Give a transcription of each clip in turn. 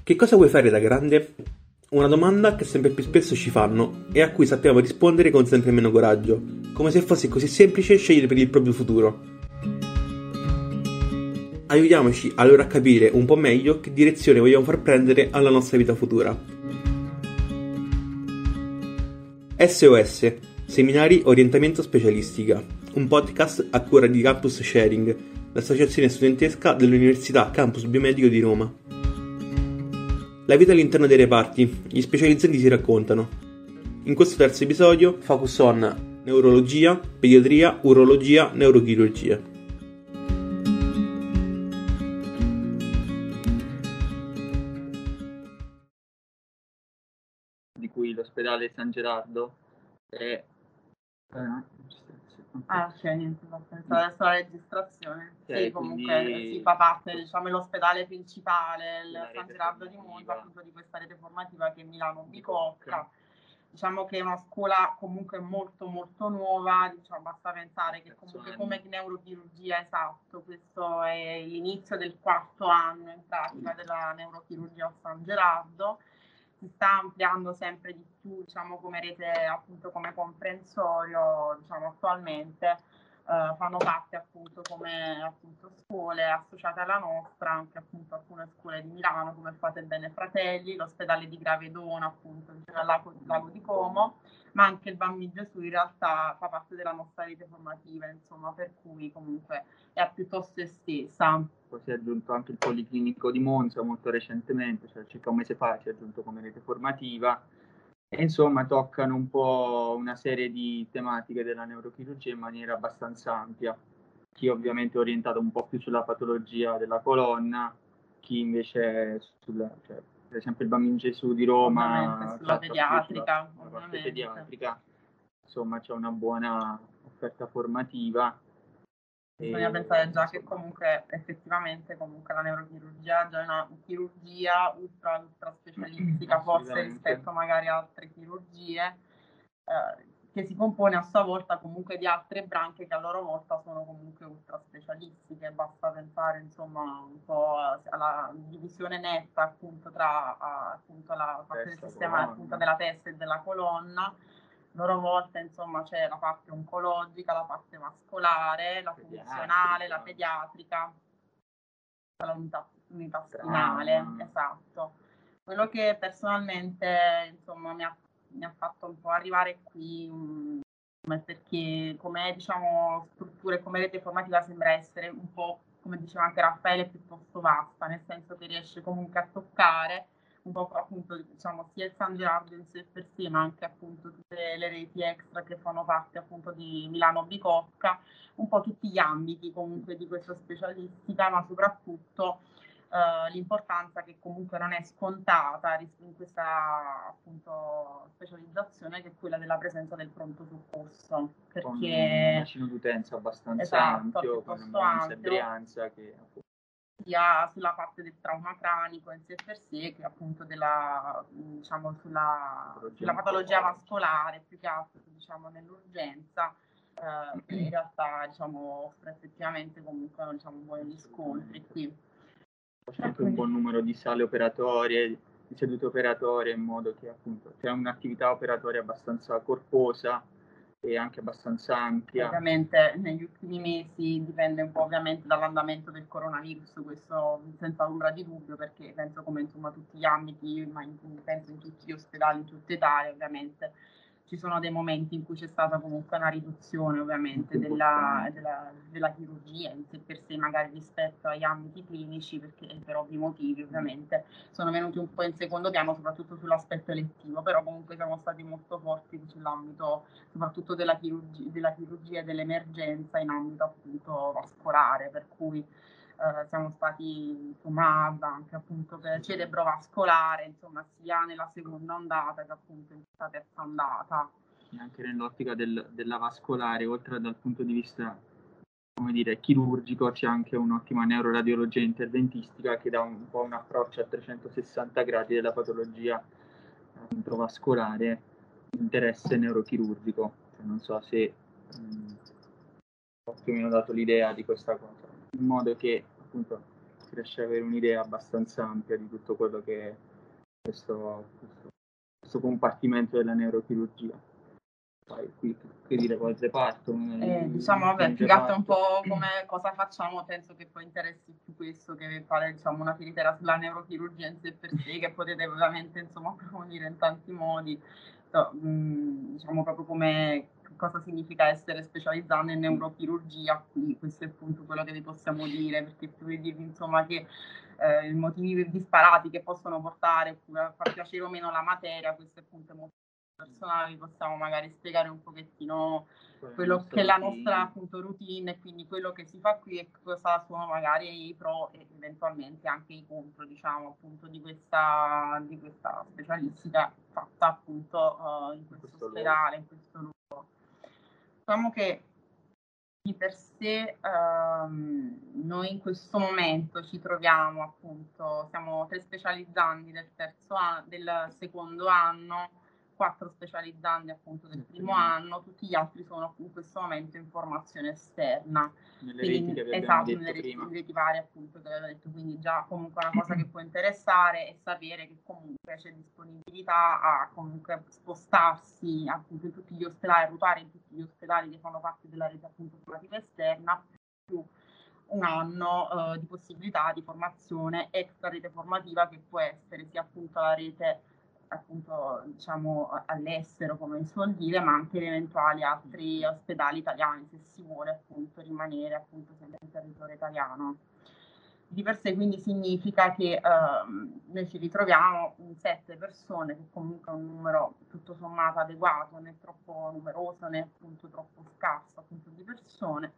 Che cosa vuoi fare da grande? Una domanda che sempre più spesso ci fanno e a cui sappiamo rispondere con sempre meno coraggio, come se fosse così semplice scegliere per il proprio futuro. Aiutiamoci allora a capire un po' meglio che direzione vogliamo far prendere alla nostra vita futura. SOS, Seminari Orientamento Specialistica, un podcast a cura di Campus Sharing, l'associazione studentesca dell'Università Campus Biomedico di Roma. La vita all'interno dei reparti, gli specializzandi si raccontano. In questo terzo episodio, focus on neurologia, pediatria, urologia, neurochirurgia. Di cui l'ospedale San Gerardo è... ok, niente, adesso la registrazione. Okay, sì, comunque quindi... si fa parte, diciamo, l'ospedale principale, il San Gerardo di formativa. Monza, appunto di questa rete formativa che è Milano Bicocca. Diciamo che è una scuola comunque molto molto nuova, diciamo, basta pensare che comunque come neurochirurgia, esatto, questo è l'inizio del 4º anno in pratica della neurochirurgia a San Gerardo. Si sta ampliando sempre di più, diciamo, come rete, appunto, come comprensorio, diciamo, attualmente fanno parte appunto come appunto scuole associate alla nostra, anche appunto alcune scuole di Milano come Fate Bene Fratelli, l'ospedale di Gravedona appunto vicino al lago di Como, ma anche il Bambino Gesù in realtà fa parte della nostra rete formativa, insomma, per cui comunque è piuttosto estesa. Poi si è aggiunto anche il Policlinico di Monza molto recentemente, cioè circa un mese fa si è aggiunto come rete formativa, e insomma toccano un po' una serie di tematiche della neurochirurgia in maniera abbastanza ampia. Chi ovviamente è orientato un po' più sulla patologia della colonna, chi invece cioè, per esempio il Bambino Gesù di Roma, sulla pediatrica, sulla parte pediatrica, insomma c'è una buona offerta formativa. Bisogna pensare già che comunque effettivamente comunque la neurochirurgia già è una chirurgia ultra specialistica forse rispetto magari a altre chirurgie, che si compone a sua volta comunque di altre branche che a loro volta sono comunque ultra specialistiche. Basta pensare insomma un po' alla divisione netta appunto tra appunto la parte del sistema appunto della testa e della colonna. Loro volta insomma c'è la parte oncologica, la parte vascolare, la funzionale, la pediatrica, l'unità spinale, esatto. Quello che personalmente insomma mi ha fatto un po' arrivare qui, perché come diciamo strutture, come rete formativa sembra essere un po', come diceva anche Raffaele, piuttosto vasta, nel senso che riesce comunque a toccare un po' appunto diciamo sia il San Gerardo in sé per sé, ma anche appunto tutte le reti extra che fanno parte appunto di Milano Bicocca, un po' tutti gli ambiti comunque di questa specialistica, ma soprattutto l'importanza che comunque non è scontata in questa appunto specializzazione, che è quella della presenza del pronto soccorso, perché con un bacino d'utenza abbastanza ampio, con una buona sembianza che sia sulla parte del trauma cranico in sé per sé che appunto della diciamo sulla patologia vascolare, più che altro diciamo nell'urgenza, in realtà diciamo offre effettivamente comunque diciamo buoni riscontri qui. C'è anche un buon numero di sale operatorie, di sedute operatorie, in modo che appunto c'è un'attività operatoria abbastanza corposa e anche abbastanza ampia. Ovviamente negli ultimi mesi dipende un po' ovviamente dall'andamento del coronavirus, questo senza ombra di dubbio, perché penso come insomma tutti gli ambiti, ma penso in tutti gli ospedali in tutta Italia ovviamente ci sono dei momenti in cui c'è stata comunque una riduzione ovviamente della chirurgia in sé per sé, magari rispetto agli ambiti clinici, perché per ovvi motivi ovviamente sono venuti un po' in secondo piano, soprattutto sull'aspetto elettivo, però comunque siamo stati molto forti sull'ambito soprattutto della chirurgia e dell'emergenza in ambito appunto vascolare, per cui siamo stati insomma anche appunto per cerebrovascolare, insomma sia nella seconda ondata che appunto in questa terza ondata. Anche nell'ottica della vascolare, oltre dal punto di vista come dire chirurgico, c'è anche un'ottima neuroradiologia interventistica che dà un po' un approccio a 360 gradi della patologia appunto vascolare, interesse neurochirurgico. Cioè, non so se ho più o meno dato l'idea di questa cosa, in modo che appunto si riesce ad avere un'idea abbastanza ampia di tutto quello che è questo compartimento della neurochirurgia. Poi qui che dire, qual reparto? Diciamo, vabbè, più che altro un po' come cosa facciamo, penso che poi interessi più questo che fare, diciamo, una filetera sulla neurochirurgia in sé per sé, che potete ovviamente, insomma, approfondire in tanti modi. Diciamo proprio come cosa significa essere specializzando in neurochirurgia, quindi questo è appunto quello che vi possiamo dire, perché più di dirvi, insomma, che i motivi disparati che possono portare oppure a far piacere o meno la materia, questo è appunto molto personale, possiamo magari spiegare un pochettino quello che è la nostra appunto routine e quindi quello che si fa qui e cosa sono magari i pro e eventualmente anche i contro, diciamo, appunto di questa specialistica fatta appunto in questo ospedale, in questo luogo. Diciamo che di per sé noi in questo momento ci troviamo appunto, siamo 3 specializzandi del secondo anno, 4 specializzandi appunto del primo anno, tutti gli altri sono in questo momento in formazione esterna. Nelle quindi, reti che abbiamo detto nelle prima. reti varie appunto che avevo detto, quindi già comunque una cosa che può interessare è sapere che comunque c'è disponibilità a comunque spostarsi appunto in tutti gli ospedali, a ruotare in tutti gli ospedali che fanno parte della rete appunto formativa esterna, più un anno di possibilità di formazione extra rete formativa che può essere sia appunto la rete appunto diciamo all'estero come si suol dire, ma anche in eventuali altri ospedali italiani se si vuole appunto rimanere appunto sempre in territorio italiano. Di per sé quindi significa che noi ci ritroviamo in 7 persone, che comunque è un numero tutto sommato adeguato, né troppo numeroso né appunto troppo scarso appunto di persone,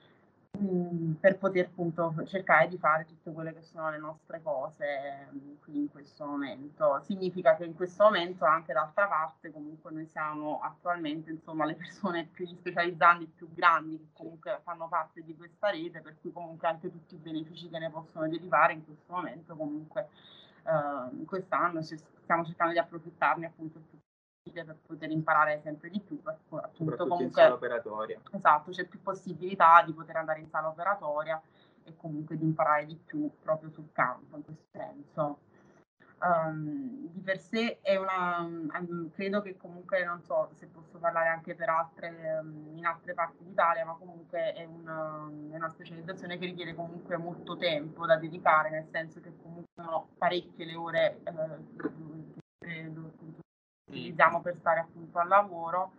per poter appunto cercare di fare tutte quelle che sono le nostre cose qui in questo momento. Significa che in questo momento anche d'altra parte comunque noi siamo attualmente insomma le persone più specializzanti, più grandi che comunque fanno parte di questa rete, per cui comunque anche tutti i benefici che ne possono derivare in questo momento comunque quest'anno stiamo cercando di approfittarne appunto più per poter imparare sempre di più, appunto comunque in sala operatoria. Esatto, c'è più possibilità di poter andare in sala operatoria e comunque di imparare di più proprio sul campo in questo senso. Di per sé è credo che comunque, non so se posso parlare anche per in altre parti d'Italia, ma comunque è una specializzazione che richiede comunque molto tempo da dedicare, nel senso che comunque sono parecchie le ore che utilizziamo per stare appunto al lavoro.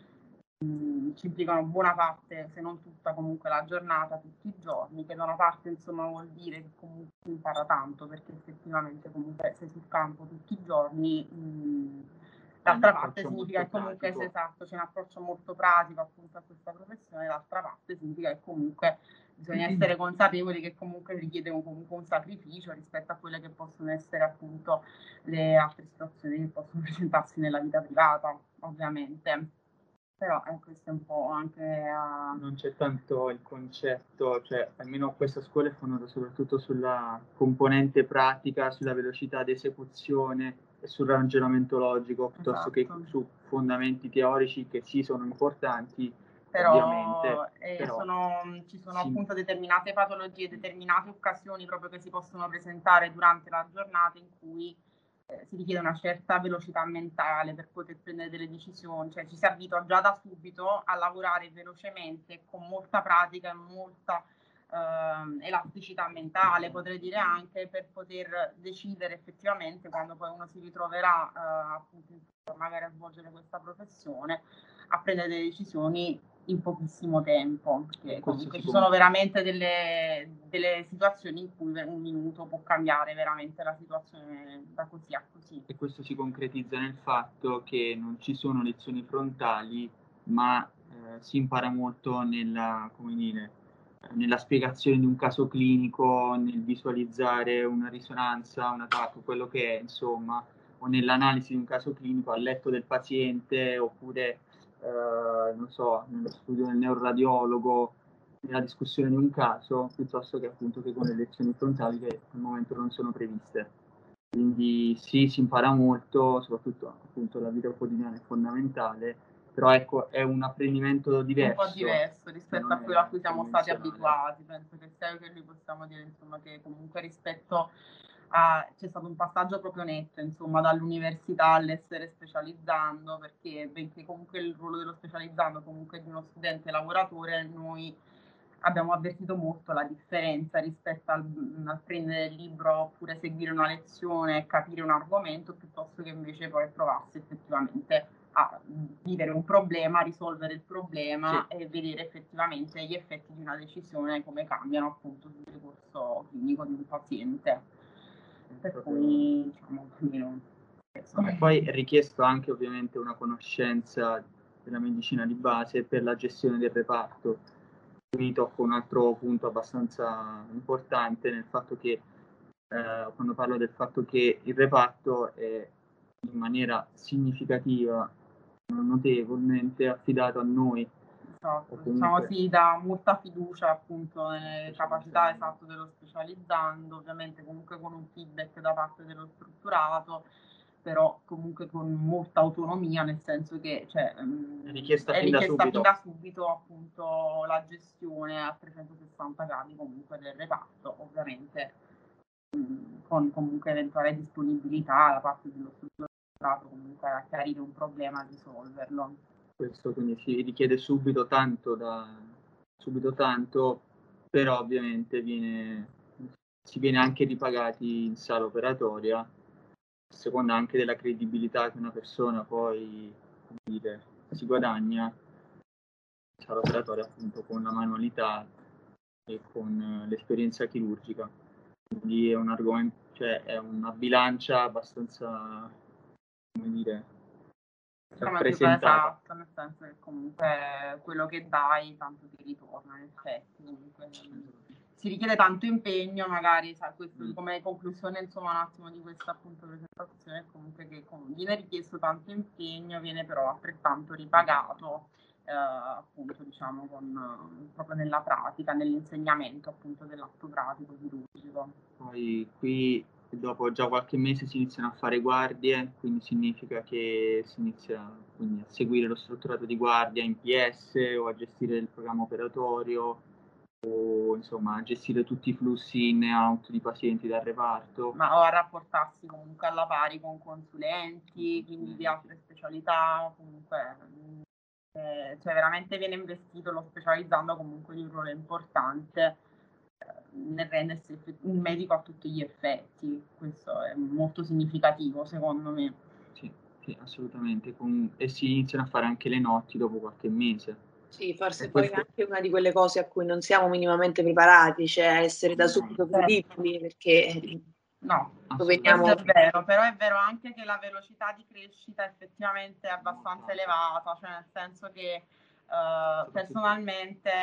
Ci implicano buona parte, se non tutta comunque la giornata, tutti i giorni, che da una parte insomma vuol dire che comunque si impara tanto perché effettivamente comunque sei sul campo tutti i giorni, d'altra parte significa che comunque esatto, c'è un approccio molto pratico appunto a questa professione, d'altra parte significa che comunque bisogna essere consapevoli che comunque richiede comunque un sacrificio rispetto a quelle che possono essere appunto le altre situazioni che possono presentarsi nella vita privata, ovviamente. Però questo è un po' anche non c'è tanto il concetto, cioè almeno questa scuola è fondata soprattutto sulla componente pratica, sulla velocità di esecuzione e sul ragionamento logico, piuttosto che su fondamenti teorici che sì sono importanti, ovviamente. Ci sono appunto determinate patologie, determinate occasioni proprio che si possono presentare durante la giornata in cui si richiede una certa velocità mentale per poter prendere delle decisioni, cioè ci si abitua già da subito a lavorare velocemente, con molta pratica e molta elasticità mentale, potrei dire anche, per poter decidere effettivamente quando poi uno si ritroverà appunto magari a svolgere questa professione, a prendere delle decisioni in pochissimo tempo, perché comunque ci sono veramente delle situazioni in cui un minuto può cambiare veramente la situazione da così a così. E questo si concretizza nel fatto che non ci sono lezioni frontali, ma si impara molto nella spiegazione di un caso clinico, nel visualizzare una risonanza, un attacco, quello che è, insomma, o nell'analisi di un caso clinico al letto del paziente, oppure non so, nello studio del neuroradiologo, nella discussione di un caso, piuttosto che appunto che con le lezioni frontali che al momento non sono previste. Quindi sì, si impara molto, soprattutto appunto la vita quotidiana è fondamentale, però ecco, è un apprendimento diverso. Un po' diverso rispetto a quello a cui siamo stati abituati. Penso che sia che noi possiamo dire, insomma, che comunque rispetto a c'è stato un passaggio proprio netto, insomma, dall'università all'essere specializzando, perché benché comunque il ruolo dello specializzando comunque di uno studente lavoratore, noi abbiamo avvertito molto la differenza rispetto al prendere il libro oppure seguire una lezione e capire un argomento, piuttosto che invece poi provarsi effettivamente a vivere un problema, risolvere il problema e vedere effettivamente gli effetti di una decisione, come cambiano appunto sul percorso clinico di un paziente. Per cui diciamo almeno e poi è richiesto anche ovviamente una conoscenza della medicina di base per la gestione del reparto. Quindi tocco un altro punto abbastanza importante nel fatto che quando parlo del fatto che il reparto è in maniera significativa, notevolmente affidato a noi. Esatto, diciamo si dà molta fiducia appunto nelle capacità dello specializzando, ovviamente comunque con un feedback da parte dello strutturato, però comunque con molta autonomia, nel senso che è richiesta fin subito. da subito appunto la gestione a 360 gradi comunque del reparto, ovviamente con comunque eventuale disponibilità da parte dello strutturato comunque a chiarire un problema, a risolverlo. Questo quindi si richiede subito tanto, però ovviamente si viene anche ripagati in sala operatoria, a seconda anche della credibilità che una persona poi, come dire, si guadagna in sala operatoria appunto con la manualità e con l'esperienza chirurgica. Quindi è un argomento, cioè è una bilancia abbastanza, come dire, rappresentata. Esatto, nel senso che comunque quello che dai tanto ti ritorna, in effetti. Comunque, si richiede tanto impegno, magari, sai, questo come conclusione, insomma, un attimo di questa appunto presentazione, comunque che viene richiesto tanto impegno, viene però altrettanto ripagato, appunto, diciamo, proprio nella pratica, nell'insegnamento appunto dell'atto pratico chirurgico. Poi qui dopo già qualche mese si iniziano a fare guardie, quindi significa che si inizia quindi a seguire lo strutturato di guardia in PS o a gestire il programma operatorio o insomma a gestire tutti i flussi in e out di pazienti dal reparto. Ma o a rapportarsi comunque alla pari con consulenti, quindi di altre specialità, comunque cioè veramente viene investito lo specializzando comunque di un ruolo importante nel rendersi un medico a tutti gli effetti. Questo è molto significativo secondo me. Sì, assolutamente. E si iniziano a fare anche le notti dopo qualche mese. Sì, forse poi è anche una di quelle cose a cui non siamo minimamente preparati, cioè essere da subito credibili, perché no, veniamo... è vero, però è vero anche che la velocità di crescita effettivamente è abbastanza elevata, cioè nel senso che personalmente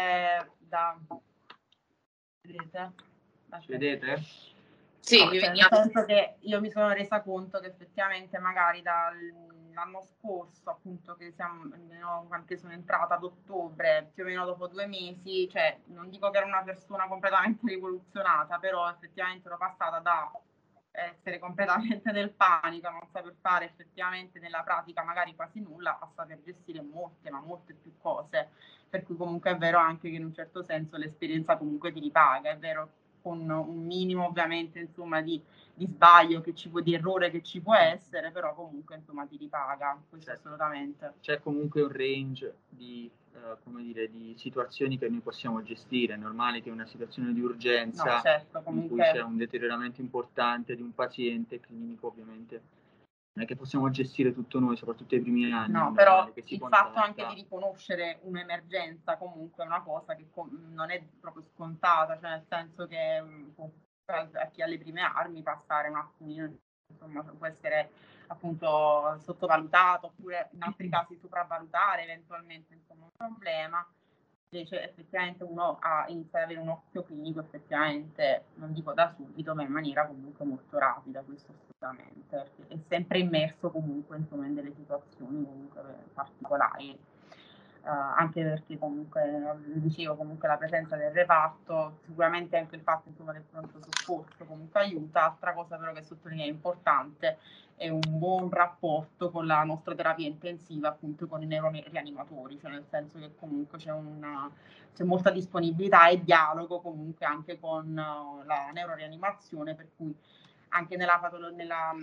Vedete? Sì, no, cioè, nel senso che io mi sono resa conto che effettivamente magari dall'anno scorso, appunto, che anche sono entrata ad ottobre, più o meno dopo 2 mesi, cioè non dico che ero una persona completamente rivoluzionata, però effettivamente ero passata da essere completamente nel panico, non saper fare effettivamente nella pratica magari quasi nulla, a saper gestire molte più cose, per cui comunque è vero anche che in un certo senso l'esperienza comunque ti ripaga, è vero, con un minimo ovviamente insomma di sbaglio di errore che ci può essere, però comunque insomma ti ripaga, questo assolutamente. C'è comunque un range di situazioni che noi possiamo gestire. È normale che una situazione di urgenza in cui c'è un deterioramento importante di un paziente clinico, ovviamente non è che possiamo gestire tutto noi, soprattutto ai primi anni. No, però il fatto anche di riconoscere un'emergenza comunque è una cosa che non è proprio scontata, cioè nel senso che a chi ha le prime armi passare un attimino, insomma, può essere appunto sottovalutato oppure in altri casi sopravvalutare eventualmente insomma un problema. Invece effettivamente uno inizia ad avere un occhio clinico effettivamente, non dico da subito, ma in maniera comunque molto rapida, questo assolutamente, perché è sempre immerso comunque insomma in delle situazioni comunque particolari. anche perché comunque, dicevo, comunque la presenza del reparto, sicuramente anche il fatto insomma, del pronto soccorso comunque aiuta. Altra cosa però che sottolineo importante è un buon rapporto con la nostra terapia intensiva, appunto con i neurorianimatori, cioè nel senso che comunque c'è molta disponibilità e dialogo comunque anche con la neurorianimazione, per cui anche nella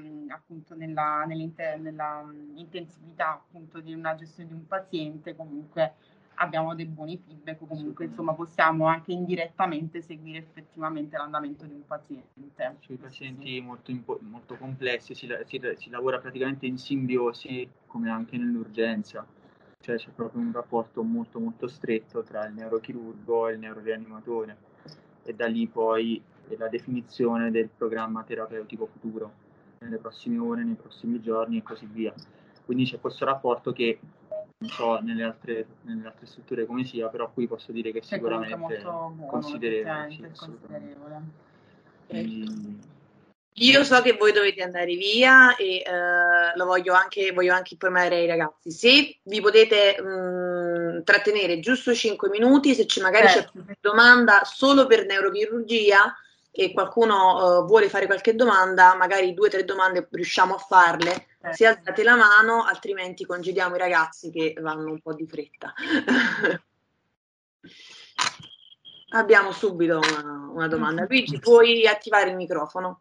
intensività appunto di una gestione di un paziente comunque abbiamo dei buoni feedback, comunque insomma possiamo anche indirettamente seguire effettivamente l'andamento di un paziente. Sui pazienti molto complessi si lavora praticamente in simbiosi, come anche nell'urgenza, cioè c'è proprio un rapporto molto molto stretto tra il neurochirurgo e il neurorianimatore, e da lì poi la definizione del programma terapeutico futuro nelle prossime ore, nei prossimi giorni e così via. Quindi c'è questo rapporto che non so nelle altre strutture come sia, però qui posso dire che sicuramente molto buono, considerevole. Io so che voi dovete andare via e voglio anche informare ai ragazzi. Se vi potete trattenere giusto 5 minuti, se magari c'è qualche domanda solo per neurochirurgia e qualcuno vuole fare qualche domanda, magari 2 o 3 domande riusciamo a farle. Se alzate la mano, altrimenti congediamo i ragazzi che vanno un po' di fretta. Abbiamo subito una domanda. Luigi, puoi attivare il microfono?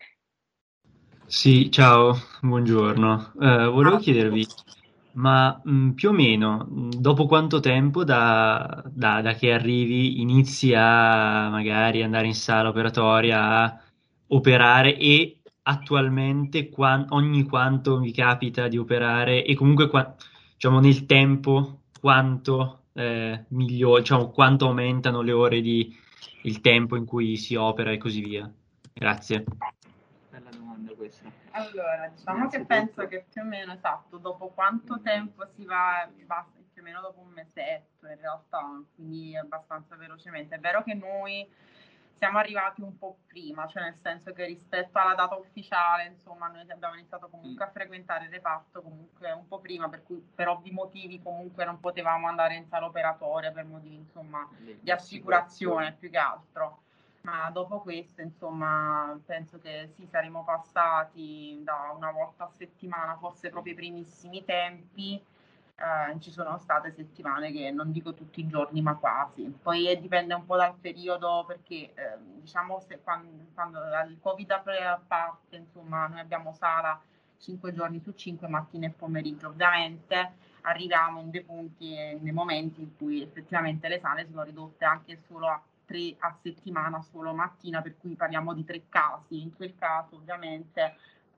Sì, ciao, buongiorno. Volevo chiedervi, ma più o meno dopo quanto tempo da che arrivi inizi a magari andare in sala operatoria a operare, e attualmente ogni quanto vi capita di operare, e comunque diciamo nel tempo quanto diciamo, quanto aumentano le ore il tempo in cui si opera e così via. Grazie. Bella domanda questa. Allora, diciamo che penso che più o meno esatto, dopo quanto tempo si va, basta più o meno dopo un mesetto in realtà, quindi abbastanza velocemente. È vero che noi siamo arrivati un po' prima, cioè nel senso che rispetto alla data ufficiale, insomma, noi abbiamo iniziato comunque a frequentare il reparto comunque un po' prima, per cui per ovvi motivi comunque non potevamo andare in sala operatoria per motivi insomma di assicurazione più che altro. Ma dopo questo, insomma, penso che sì, saremo passati da una volta a settimana, forse proprio i primissimi tempi. Ci sono state settimane che non dico tutti i giorni, ma quasi. Poi dipende un po' dal periodo, perché diciamo quando il Covid a parte, insomma, noi abbiamo sala 5 giorni su 5, mattina e pomeriggio. Ovviamente arriviamo in dei punti e in dei momenti in cui effettivamente le sale sono ridotte anche solo a 3 a settimana, solo mattina, per cui parliamo di 3 casi. In quel caso ovviamente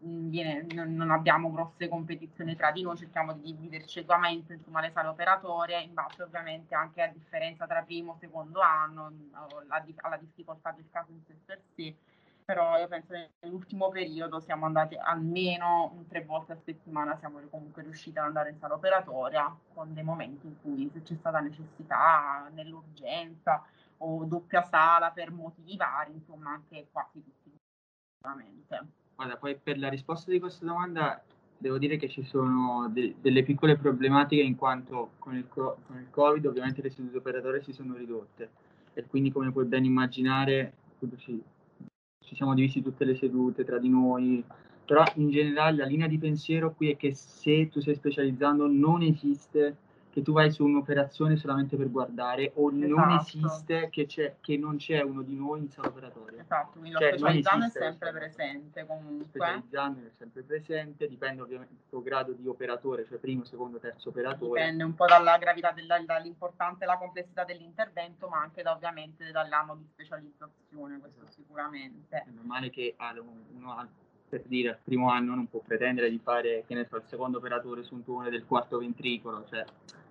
non abbiamo grosse competizioni tra di noi, cerchiamo di dividerci equamente insomma le sale operatorie in base ovviamente anche a differenza tra primo e secondo anno, alla difficoltà del caso in sé per sé. Però io penso che nell'ultimo periodo siamo andati almeno 3 volte a settimana, siamo comunque riusciti ad andare in sala operatoria, con dei momenti in cui se c'è stata necessità nell'urgenza o doppia sala per motivi vari, insomma anche quasi tutti sicuramente. Guarda, poi per la risposta di questa domanda devo dire che ci sono delle piccole problematiche, in quanto con il Covid ovviamente le sedute operatorie si sono ridotte, e quindi come puoi ben immaginare ci siamo divisi tutte le sedute tra di noi, però in generale la linea di pensiero qui è che se tu stai specializzando non esiste che tu vai su un'operazione solamente per guardare, o non esiste che non c'è uno di noi in sala operatoria. Esatto, quindi lo specializzando è sempre presente comunque. Specializzando è sempre presente, dipende ovviamente dal tuo grado di operatore, cioè primo, secondo, terzo operatore. Dipende un po' dalla gravità, dall'importanza e la complessità dell'intervento, ma anche ovviamente dall'anno di specializzazione, questo sicuramente. È normale che uno per dire al primo anno non può pretendere di fare, che ne so, il secondo operatore su un tumore del quarto ventricolo, cioè,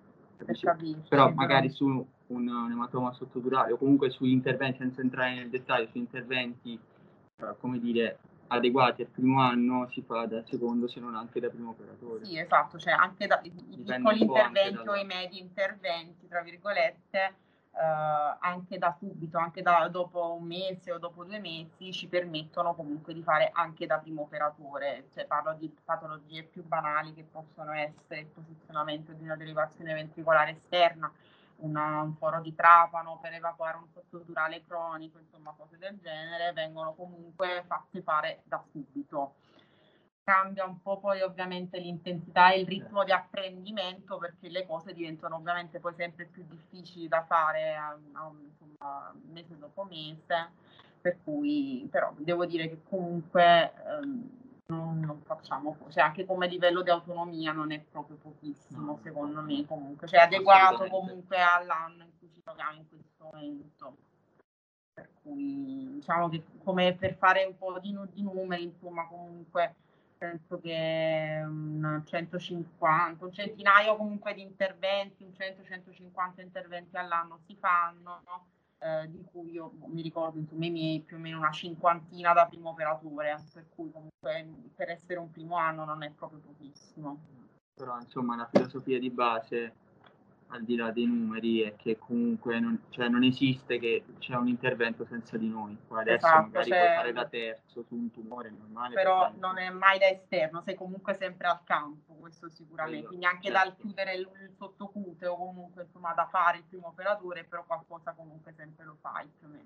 però magari su un ematoma sottodurale o comunque sugli interventi, senza entrare nel dettaglio, su interventi come dire adeguati al primo anno si fa da secondo, se non anche da primo operatore. Sì, esatto, cioè anche i piccoli interventi o i medi interventi, tra virgolette, anche da subito, anche dopo un mese o dopo 2 mesi, ci permettono comunque di fare anche da primo operatore. Cioè, parlo di patologie più banali che possono essere il posizionamento di una derivazione ventricolare esterna, un foro di trapano per evacuare un sottoturale cronico, insomma cose del genere, vengono comunque fatte fare da subito. Cambia un po' poi ovviamente l'intensità e il ritmo di apprendimento, perché le cose diventano ovviamente poi sempre più difficili da fare insomma, mese dopo mese, per cui però devo dire che comunque non facciamo cose, anche come livello di autonomia non è proprio pochissimo, secondo me, comunque, cioè adeguato comunque all'anno in cui ci troviamo in questo momento. Per cui diciamo che come per fare un po' di numeri, insomma, comunque penso che un 150, un centinaio comunque di interventi, un 100-150 interventi all'anno si fanno, no? Di cui io mi ricordo insomma i miei più o meno una cinquantina da primo operatore, per cui comunque per essere un primo anno non è proprio pochissimo. Però insomma la filosofia di base, al di là dei numeri, è che comunque non esiste che c'è un intervento senza di noi. Poi adesso magari puoi fare da terzo su un tumore normale. Però non è mai da esterno, sei comunque sempre al campo, questo sicuramente. Quindi anche dal chiudere il sottocute o comunque insomma da fare il primo operatore, però qualcosa comunque sempre lo fai più o meno.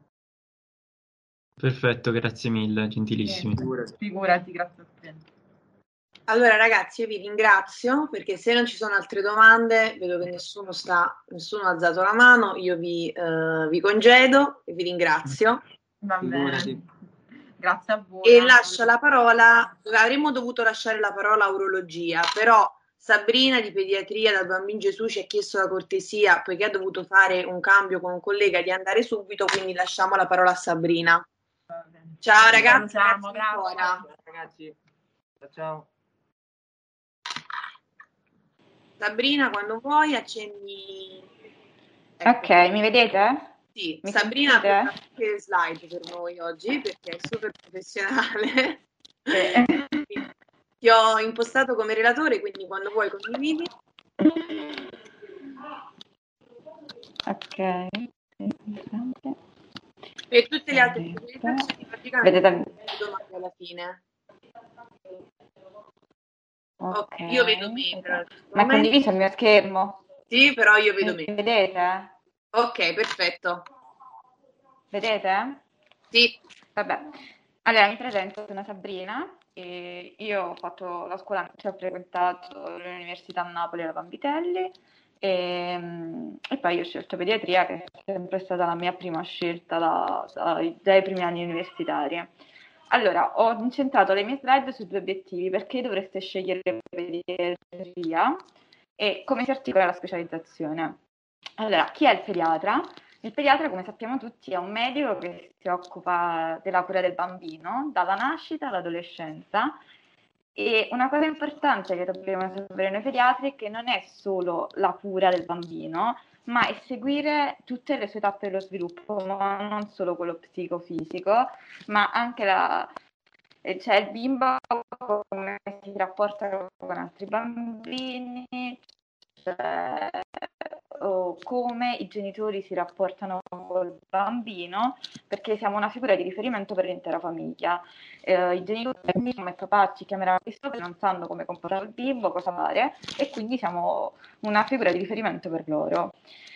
Perfetto, grazie mille, gentilissimi. Figurati, grazie a te. Allora ragazzi, io vi ringrazio perché se non ci sono altre domande, vedo che nessuno ha alzato la mano, io vi congedo e vi ringrazio. Va bene. Grazie a voi. E lascio la parola, avremmo dovuto lasciare la parola a urologia, però Sabrina di pediatria dal Bambino Gesù ci ha chiesto la cortesia, poiché ha dovuto fare un cambio con un collega, di andare subito, quindi lasciamo la parola a Sabrina. Ciao ragazzi, grazie ancora. Ragazzi, ciao. Sabrina, quando vuoi accendi. Ecco. Ok, mi vedete? Sì, Mi Sabrina ha anche slide per noi oggi perché è super professionale. Ti ho impostato come relatore, quindi quando vuoi condividi. Ok. Per tutte le altre presentazioni praticamente domande alla fine. Ok, io vedo me. Ma è condiviso il mio schermo? Sì, però io vedo me. Vedete? Ok, perfetto. Vedete? Sì. Vabbè. Allora, mi presento, sono Sabrina e io ho fatto la scuola, cioè ho frequentato l'università a Napoli alla Vanvitelli e poi ho scelto pediatria, che è sempre stata la mia prima scelta dai primi anni universitari. Allora, ho incentrato le mie slide su 2 obiettivi: perché dovreste scegliere pediatria e come si articola la specializzazione. Allora, chi è il pediatra? Il pediatra, come sappiamo tutti, è un medico che si occupa della cura del bambino dalla nascita all'adolescenza. E una cosa importante che dobbiamo sapere noi pediatri è che non è solo la cura del bambino, ma è seguire tutte le sue tappe dello sviluppo, ma non solo quello psicofisico, ma anche cioè il bimbo come si rapporta con altri bambini, cioè, o come i genitori si rapportano col bambino, perché siamo una figura di riferimento per l'intera famiglia. I genitori come papà ci chiameranno questo che non sanno come comportare il bimbo, cosa fare, e quindi siamo una figura di riferimento per loro.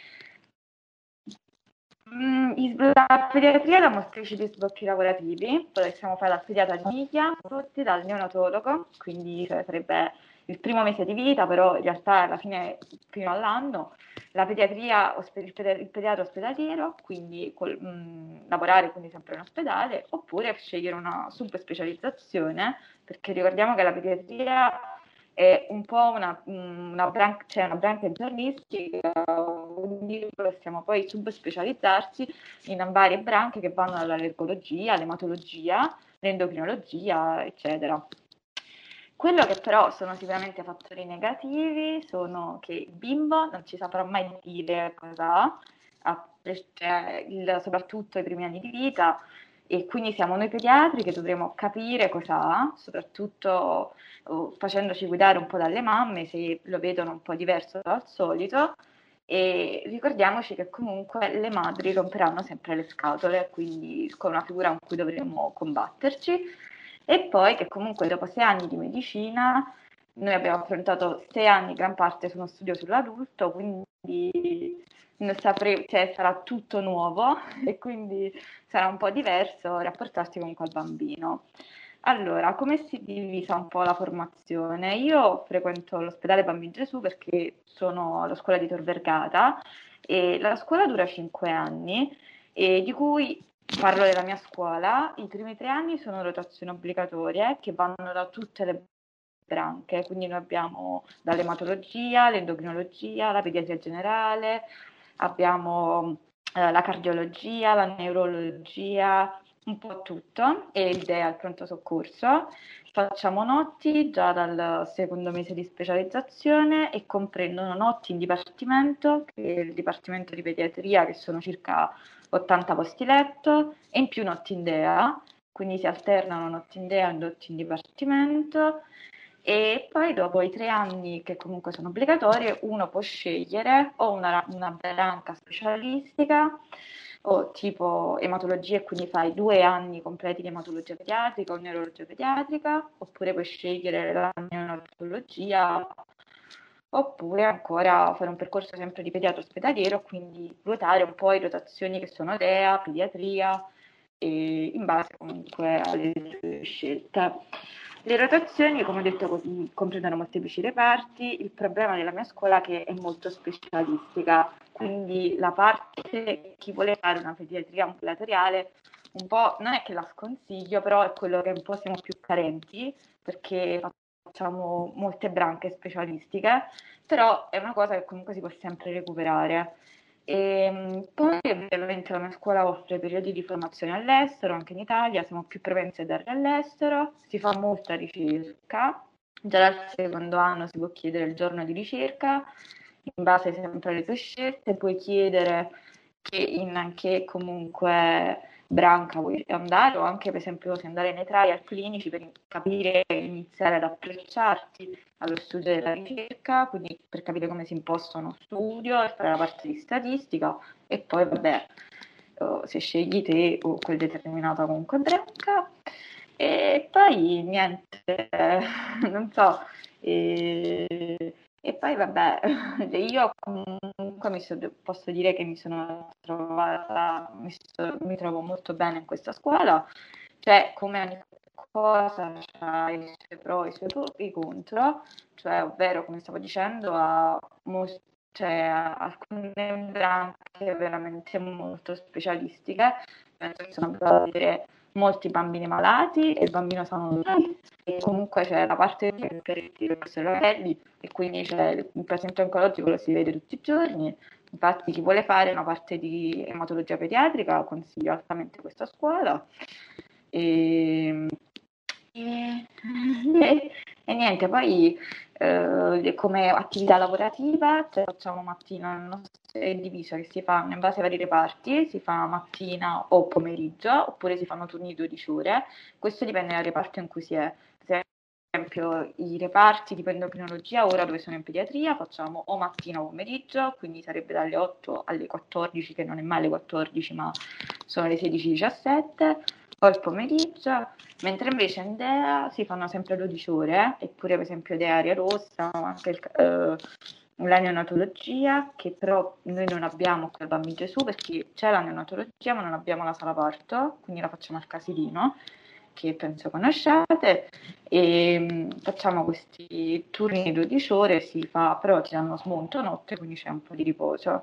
La pediatria da mostrici di sbocchi lavorativi, possiamo fare dal pediatra di famiglia, tutti dal neonatologo, quindi sarebbe il primo mese di vita, però in realtà alla fine fino all'anno, la pediatria, il pediatra ospedaliero, quindi lavorare quindi sempre in ospedale, oppure scegliere una subspecializzazione, perché ricordiamo che la pediatria è un po' una branca internistica, quindi possiamo poi subspecializzarci in varie branche che vanno dall'allergologia, all'ematologia, l'endocrinologia, eccetera. Quello che però sono sicuramente fattori negativi sono che il bimbo non ci saprà mai dire cosa ha, soprattutto ai primi anni di vita, e quindi siamo noi pediatri che dovremo capire cosa ha, soprattutto facendoci guidare un po' dalle mamme se lo vedono un po' diverso dal solito, E ricordiamoci che comunque le madri romperanno sempre le scatole, quindi con una figura con cui dovremmo combatterci. E poi che comunque dopo 6 anni di medicina noi abbiamo affrontato 6 anni, gran parte su uno studio sull'adulto, quindi non saprei, cioè, sarà tutto nuovo e quindi sarà un po' diverso rapportarsi comunque al bambino. Allora, come si è divisa un po' la formazione? Io frequento l'ospedale Bambino Gesù perché sono alla scuola di Tor Vergata e la scuola dura 5 anni e di cui parlo della mia scuola, i primi 3 anni sono rotazioni obbligatorie che vanno da tutte le branche, quindi noi abbiamo dall'ematologia, l'endocrinologia, la pediatria generale, abbiamo la cardiologia, la neurologia, un po' tutto, e il DEA, il pronto soccorso. Facciamo notti già dal secondo mese di specializzazione e comprendono notti in dipartimento, che è il dipartimento di pediatria, che sono circa 80 posti letto, e in più notti in DEA, quindi si alternano notti in DEA e notti in dipartimento. E poi dopo i 3 anni che comunque sono obbligatorie, uno può scegliere o una branca specialistica o tipo ematologia e quindi fai 2 anni completi di ematologia pediatrica o neurologia pediatrica, oppure puoi scegliere la neonatologia, oppure ancora fare un percorso sempre di pediatra ospedaliero, quindi ruotare un po' in rotazioni che sono DEA, pediatria, e in base comunque alle tue scelte. Le rotazioni, come ho detto, comprendono molteplici reparti. Il problema della mia scuola è che è molto specialistica, quindi la parte, chi vuole fare una pediatria ambulatoriale, un po' non è che la sconsiglio, però è quello che un po' siamo più carenti, perché facciamo molte branche specialistiche, però è una cosa che comunque si può sempre recuperare. E poi ovviamente la mia scuola offre periodi di formazione all'estero, anche in Italia siamo più propensi ad andare all'estero, si fa molta ricerca, già dal secondo anno si può chiedere il giorno di ricerca, in base sempre alle tue scelte, puoi chiedere in che comunque branca vuoi andare, o anche per esempio se andare nei trial clinici per capire e iniziare ad approcciarti allo studio della ricerca, quindi per capire come si imposta uno studio e fare la parte di statistica, e poi vabbè, se scegli te o quel determinata comunque branca. E poi niente, non so, e poi vabbè, io comunque posso dire che mi sono trovata, mi trovo molto bene in questa scuola, cioè come ogni cosa ha i suoi pro e i suoi i contro, cioè ovvero come stavo dicendo alcune branche veramente molto specialistiche, penso che sono andata a vedere molti bambini malati e il bambino sano e comunque c'è la parte per i rossellarelli e quindi c'è il paziente oncologico, lo si vede tutti i giorni. Infatti chi vuole fare una parte di ematologia pediatrica consiglio altamente questa scuola. E, e niente, poi come attività lavorativa, cioè facciamo mattina, il nostro è diviso che si fa in base ai vari reparti, si fa mattina o pomeriggio, oppure si fanno turni di 12 ore, questo dipende dal reparto in cui si è. Per esempio i reparti di endocrinologia, ora dove sono in pediatria, facciamo o mattina o pomeriggio, quindi sarebbe dalle 8 alle 14, che non è mai alle 14 ma sono le 16-17, o il pomeriggio, mentre invece in DEA si fanno sempre 12 ore, eppure per esempio DEA Area Rossa, anche la neonatologia, che però noi non abbiamo qui al Bambino Gesù perché c'è la neonatologia ma non abbiamo la sala parto, quindi la facciamo al Casilino, che penso conosciate, e facciamo questi turni di 12 ore, si fa, però ti danno smonto notte, quindi c'è un po' di riposo.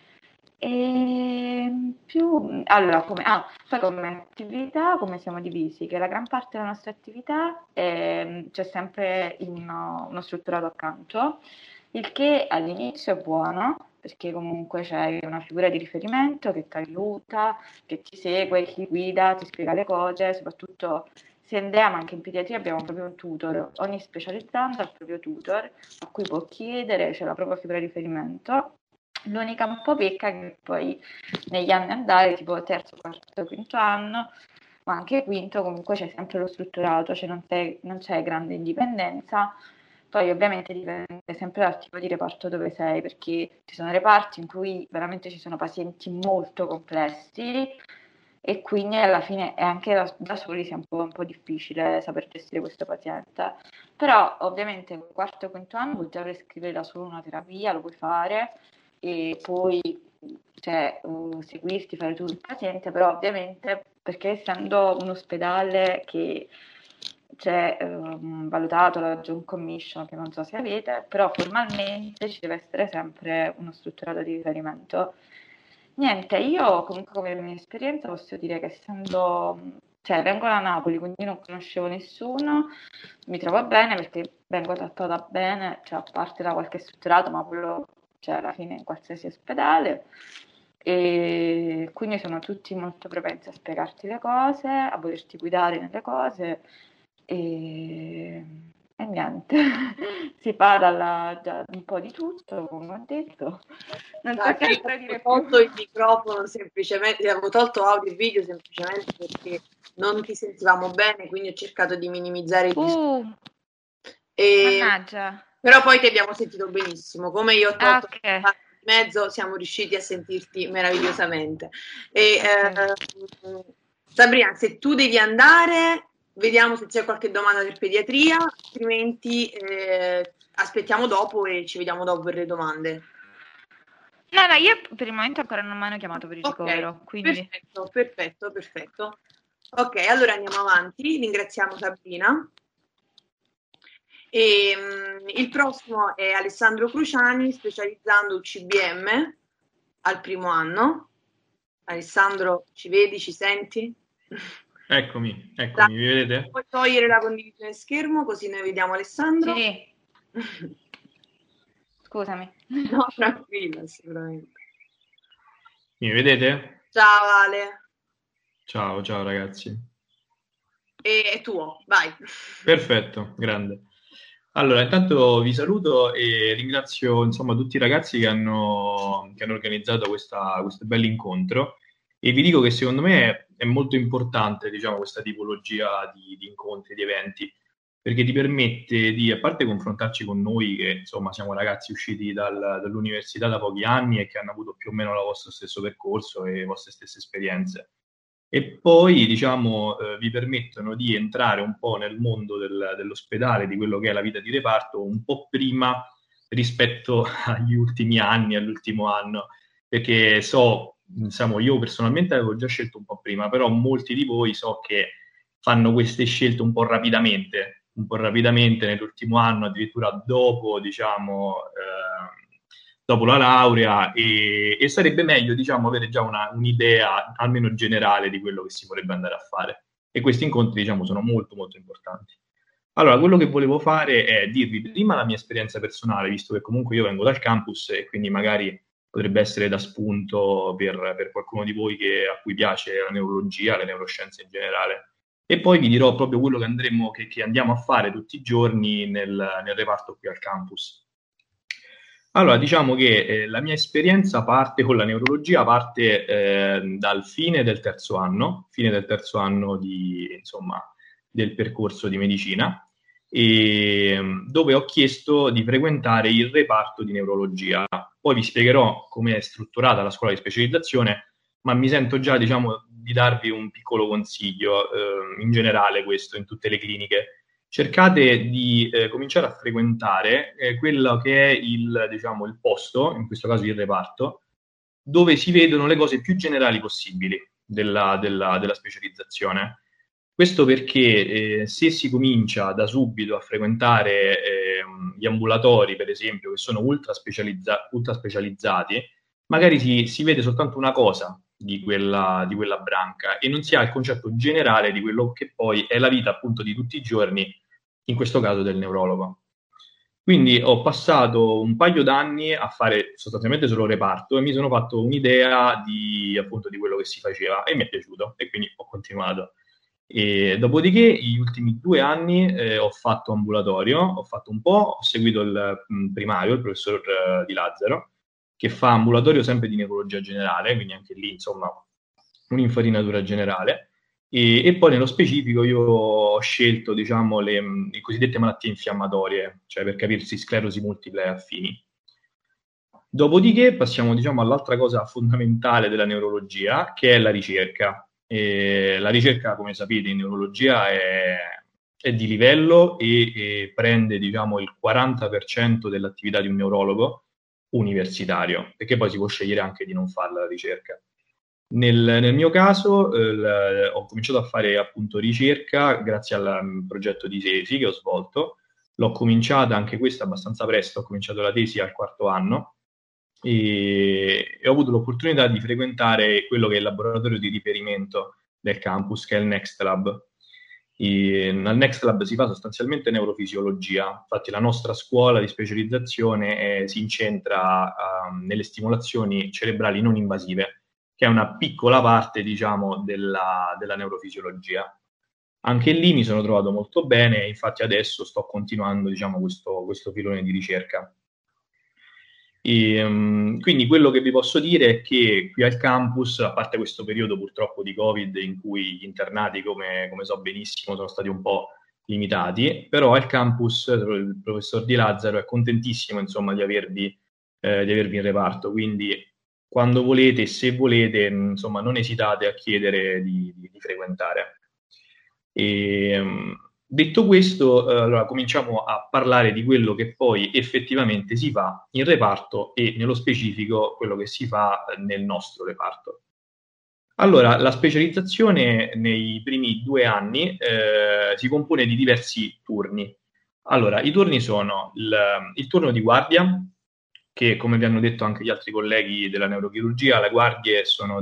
E più, allora, poi come attività, come siamo divisi? Che la gran parte della nostra attività c'è sempre uno strutturato accanto, il che all'inizio è buono, perché comunque c'è una figura di riferimento che ti aiuta, che ti segue, ti guida, ti spiega le cose, soprattutto sia in DEA ma anche in pediatria abbiamo proprio un tutor, ogni specializzante ha il proprio tutor a cui può chiedere, c'è la propria figura di riferimento. L'unica un po' pecca è che poi negli anni andare, tipo terzo, quarto, quinto anno, ma anche quinto, comunque c'è sempre lo strutturato, cioè non c'è grande indipendenza, Poi ovviamente dipende sempre dal tipo di reparto dove sei, perché ci sono reparti in cui veramente ci sono pazienti molto complessi e quindi alla fine è anche da soli sia un po' difficile saper gestire questo paziente. Però ovviamente il quarto e quinto anno puoi già prescrivere da solo una terapia, lo puoi fare e poi seguirti, fare tu il paziente, però ovviamente perché essendo un ospedale che c'è valutato la Joint Commission, che non so se avete, però formalmente ci deve essere sempre uno strutturato di riferimento. Niente, io comunque come mia esperienza posso dire che cioè vengo da Napoli, quindi non conoscevo nessuno, mi trovo bene perché vengo trattata bene, cioè a parte da qualche strutturato, ma quello, cioè alla fine in qualsiasi ospedale. E quindi sono tutti molto propensi a spiegarti le cose, a volerti guidare nelle cose e niente, si parla già un po' di tutto, come ho detto. Non so che altro dire più. Abbiamo tolto il microfono semplicemente, abbiamo tolto audio e video semplicemente perché non ti sentivamo bene, quindi ho cercato di minimizzare il disturbo. Mannaggia. Però poi ti abbiamo sentito benissimo, come io ho tolto Okay. il di mezzo, siamo riusciti a sentirti meravigliosamente. Sabrina, se tu devi andare, vediamo se c'è qualche domanda per pediatria, altrimenti aspettiamo dopo e ci vediamo dopo per le domande. No, io per il momento ancora non mi hanno chiamato per il ricovero, quindi... Perfetto. Ok, allora andiamo avanti, ringraziamo Sabrina. Il prossimo è Alessandro Cruciani, specializzando UCBM al primo anno. Alessandro, ci vedi, ci senti? Eccomi, mi vedete? Puoi togliere la condivisione schermo così noi vediamo Alessandro? Sì. Scusami. No, tranquilla, sicuramente. Mi vedete? Ciao Ale. Ciao ragazzi. È tuo, vai. Perfetto, grande. Allora, intanto vi saluto e ringrazio insomma tutti i ragazzi che hanno organizzato questo bell'incontro e vi dico che secondo me è molto importante, diciamo, questa tipologia di incontri, di eventi, perché ti permette di, a parte confrontarci con noi che insomma siamo ragazzi usciti dall'università da pochi anni e che hanno avuto più o meno il vostro stesso percorso e le vostre stesse esperienze, e poi diciamo vi permettono di entrare un po' nel mondo dell'ospedale, di quello che è la vita di reparto, un po' prima rispetto agli ultimi anni, all'ultimo anno, perché diciamo, io personalmente avevo già scelto un po' prima, però molti di voi so che fanno queste scelte un po' rapidamente nell'ultimo anno, addirittura dopo, diciamo, dopo la laurea, e sarebbe meglio, diciamo, avere già un'idea almeno generale di quello che si vorrebbe andare a fare. E questi incontri, diciamo, sono molto, molto importanti. Allora, quello che volevo fare è dirvi prima la mia esperienza personale, visto che comunque io vengo dal campus e quindi magari potrebbe essere da spunto per qualcuno di voi a cui piace la neurologia, le neuroscienze in generale. E poi vi dirò proprio quello che andiamo a fare tutti i giorni nel reparto qui al campus. Allora, diciamo che la mia esperienza con la neurologia parte dal fine del terzo anno del percorso di medicina, e dove ho chiesto di frequentare il reparto di neurologia. Poi vi spiegherò come è strutturata la scuola di specializzazione, ma mi sento già, diciamo, di darvi un piccolo consiglio, in generale questo, in tutte le cliniche. Cercate di cominciare a frequentare quello che è il posto, in questo caso il reparto, dove si vedono le cose più generali possibili della specializzazione. Questo perché se si comincia da subito a frequentare gli ambulatori, per esempio, che sono ultra specializzati, magari si vede soltanto una cosa di quella branca e non si ha il concetto generale di quello che poi è la vita appunto di tutti i giorni, in questo caso del neurologo. Quindi ho passato un paio d'anni a fare sostanzialmente solo reparto e mi sono fatto un'idea appunto di quello che si faceva e mi è piaciuto e quindi ho continuato. E dopodiché gli ultimi 2 anni ho fatto ambulatorio, ho fatto un po', ho seguito il primario, il professor Di Lazzaro, che fa ambulatorio sempre di neurologia generale, quindi anche lì insomma un'infarinatura generale, E poi nello specifico io ho scelto, diciamo, le cosiddette malattie infiammatorie, cioè per capirsi sclerosi multipla e affini. Dopodiché passiamo, diciamo, all'altra cosa fondamentale della neurologia, che è la ricerca. E la ricerca, come sapete, in neurologia è di livello e prende, diciamo, il 40% dell'attività di un neurologo universitario, perché poi si può scegliere anche di non farla la ricerca. Nel mio caso ho cominciato a fare appunto ricerca grazie al progetto di tesi che ho svolto. L'ho cominciata anche questa abbastanza presto, ho cominciato la tesi al 4º anno e ho avuto l'opportunità di frequentare quello che è il laboratorio di riferimento del campus, che è il Next Lab. Al Next Lab si fa sostanzialmente neurofisiologia, infatti la nostra scuola di specializzazione si incentra nelle stimolazioni cerebrali non invasive, che è una piccola parte, diciamo, della neurofisiologia. Anche lì mi sono trovato molto bene, infatti adesso sto continuando, diciamo, questo filone di ricerca. Quindi quello che vi posso dire è che qui al campus, a parte questo periodo purtroppo di Covid in cui gli internati, come so benissimo, sono stati un po' limitati, però al campus il professor Di Lazzaro è contentissimo, insomma, di avervi in reparto, quindi quando volete e se volete, insomma, non esitate a chiedere di frequentare. Detto questo, allora cominciamo a parlare di quello che poi effettivamente si fa in reparto e nello specifico quello che si fa nel nostro reparto. Allora, la specializzazione nei primi 2 anni si compone di diversi turni. Allora, i turni sono il turno di guardia, che come vi hanno detto anche gli altri colleghi della neurochirurgia, le guardie sono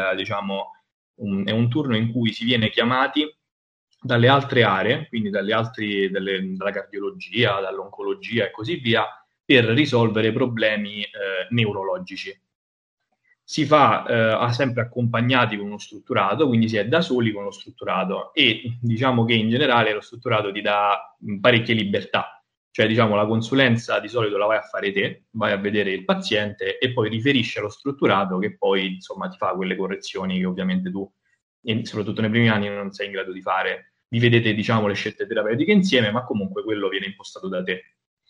è un turno in cui si viene chiamati dalle altre aree, quindi dalla cardiologia, dall'oncologia e così via, per risolvere problemi neurologici. Si fa sempre accompagnati con uno strutturato, quindi si è da soli con lo strutturato e diciamo che in generale lo strutturato ti dà parecchie libertà, cioè diciamo la consulenza di solito la vai a fare te, vai a vedere il paziente e poi riferisci allo strutturato che poi insomma ti fa quelle correzioni che ovviamente tu, soprattutto nei primi anni, non sei in grado di fare. Vi vedete, diciamo, le scelte terapeutiche insieme, ma comunque quello viene impostato da te.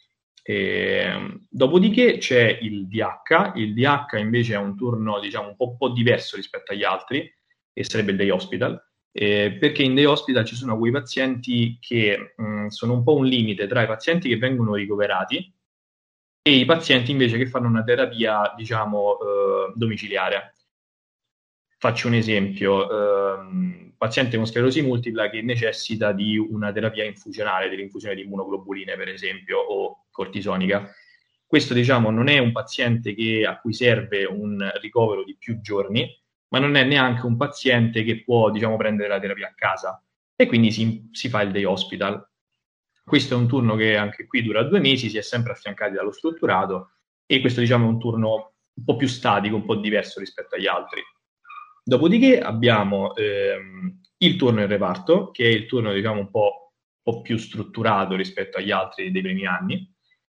Dopodiché c'è il DH. Il DH invece è un turno, diciamo, un po' diverso rispetto agli altri, e sarebbe il day hospital, perché in day hospital ci sono quei pazienti che sono un po' un limite tra i pazienti che vengono ricoverati e i pazienti invece che fanno una terapia, diciamo, domiciliare. Faccio un esempio, paziente con sclerosi multipla che necessita di una terapia infusionale, dell'infusione di immunoglobuline per esempio, o cortisonica. Questo, diciamo, non è un paziente a cui serve un ricovero di più giorni, ma non è neanche un paziente che può, diciamo, prendere la terapia a casa. E quindi si fa il day hospital. Questo è un turno che anche qui dura 2 mesi, si è sempre affiancati dallo strutturato, e questo, diciamo, è un turno un po' più statico, un po' diverso rispetto agli altri. Dopodiché abbiamo il turno in reparto, che è il turno, diciamo, un po' più strutturato rispetto agli altri dei primi anni.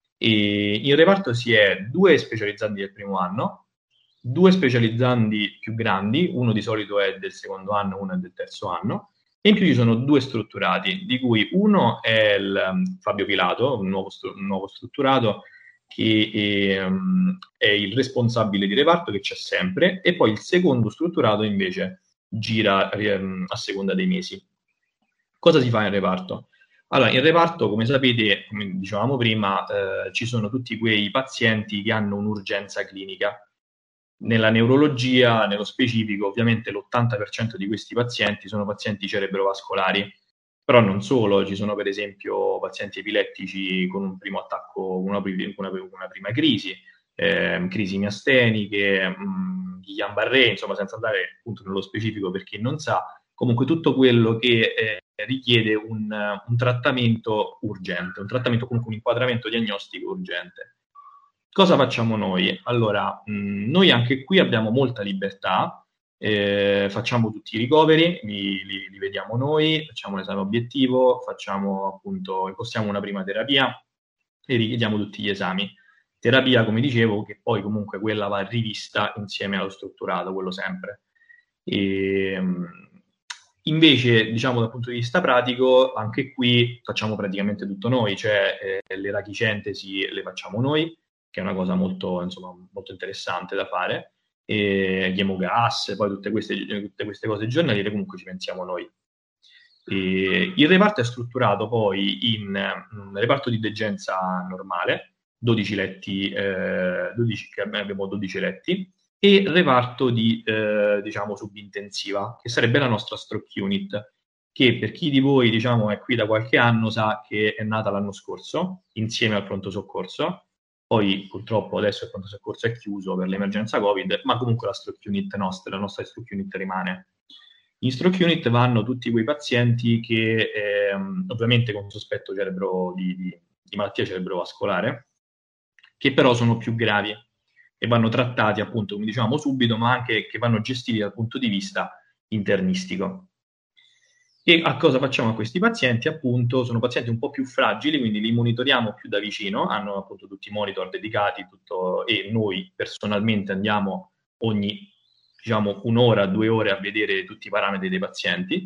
E in reparto si è 2 specializzandi del primo anno, 2 specializzandi più grandi, uno di solito è del secondo anno, uno è del terzo anno, e in più ci sono 2 strutturati, di cui uno è il Fabio Pilato, un nuovo strutturato, che è il responsabile di reparto, che c'è sempre, e poi il secondo strutturato invece gira a seconda dei mesi. Cosa si fa in reparto? Allora, in reparto, come sapete, come dicevamo prima, ci sono tutti quei pazienti che hanno un'urgenza clinica. Nella neurologia, nello specifico, ovviamente l'80% di questi pazienti sono pazienti cerebrovascolari, però non solo, ci sono per esempio pazienti epilettici con un primo attacco, una prima crisi, crisi miasteniche, Guillain-Barré, insomma, senza andare appunto nello specifico per chi non sa, comunque tutto quello che richiede un trattamento urgente, un trattamento, comunque un inquadramento diagnostico urgente. Cosa facciamo noi? Allora, noi anche qui abbiamo molta libertà, facciamo tutti i ricoveri, li vediamo noi, facciamo l'esame obiettivo, impostiamo una prima terapia e richiediamo tutti gli esami. Terapia, come dicevo, che poi comunque quella va rivista insieme allo strutturato, quello sempre. Invece, diciamo, dal punto di vista pratico, anche qui facciamo praticamente tutto noi, cioè le rachicentesi le facciamo noi, che è una cosa molto, insomma, molto interessante da fare, e gli emogas, poi tutte queste cose giornaliere comunque ci pensiamo noi. E il reparto è strutturato poi in reparto di degenza normale, 12 letti, abbiamo 12 letti, e reparto di, diciamo, subintensiva, che sarebbe la nostra stroke unit, che per chi di voi, diciamo, è qui da qualche anno sa che è nata l'anno scorso, insieme al pronto soccorso. Poi purtroppo adesso il pronto soccorso è chiuso per l'emergenza Covid, ma comunque la stroke unit nostra, la nostra stroke unit rimane. In stroke unit vanno tutti quei pazienti che ovviamente con sospetto di malattia cerebrovascolare, che però sono più gravi e vanno trattati, appunto, come dicevamo subito, ma anche che vanno gestiti dal punto di vista internistico. E a cosa facciamo a questi pazienti? Appunto, sono pazienti un po' più fragili, quindi li monitoriamo più da vicino, hanno appunto tutti i monitor dedicati, e noi personalmente andiamo ogni, diciamo, 1 ora, 2 ore a vedere tutti i parametri dei pazienti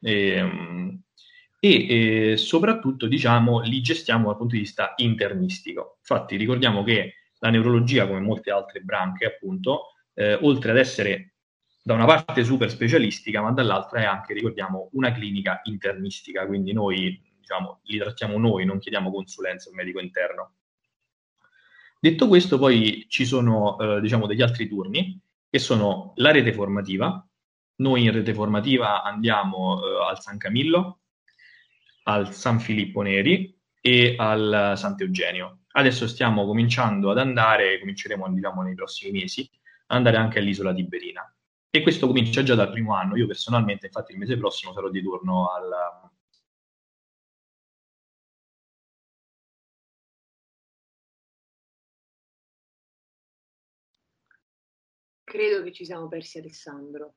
e soprattutto, diciamo, li gestiamo dal punto di vista internistico. Infatti ricordiamo che la neurologia, come molte altre branche, appunto, oltre ad essere da una parte super specialistica, ma dall'altra è anche, ricordiamo, una clinica internistica, quindi noi, diciamo, li trattiamo noi, non chiediamo consulenza al medico interno. Detto questo, poi ci sono, diciamo, degli altri turni, che sono la rete formativa. Noi in rete formativa andiamo al San Camillo, al San Filippo Neri e al Sant'Eugenio. Adesso stiamo cominciando ad andare, cominceremo, diciamo, nei prossimi mesi, ad andare anche all'isola Tiberina. E questo comincia già dal primo anno. Io personalmente, infatti, il mese prossimo sarò di turno al... Credo che ci siamo persi Alessandro.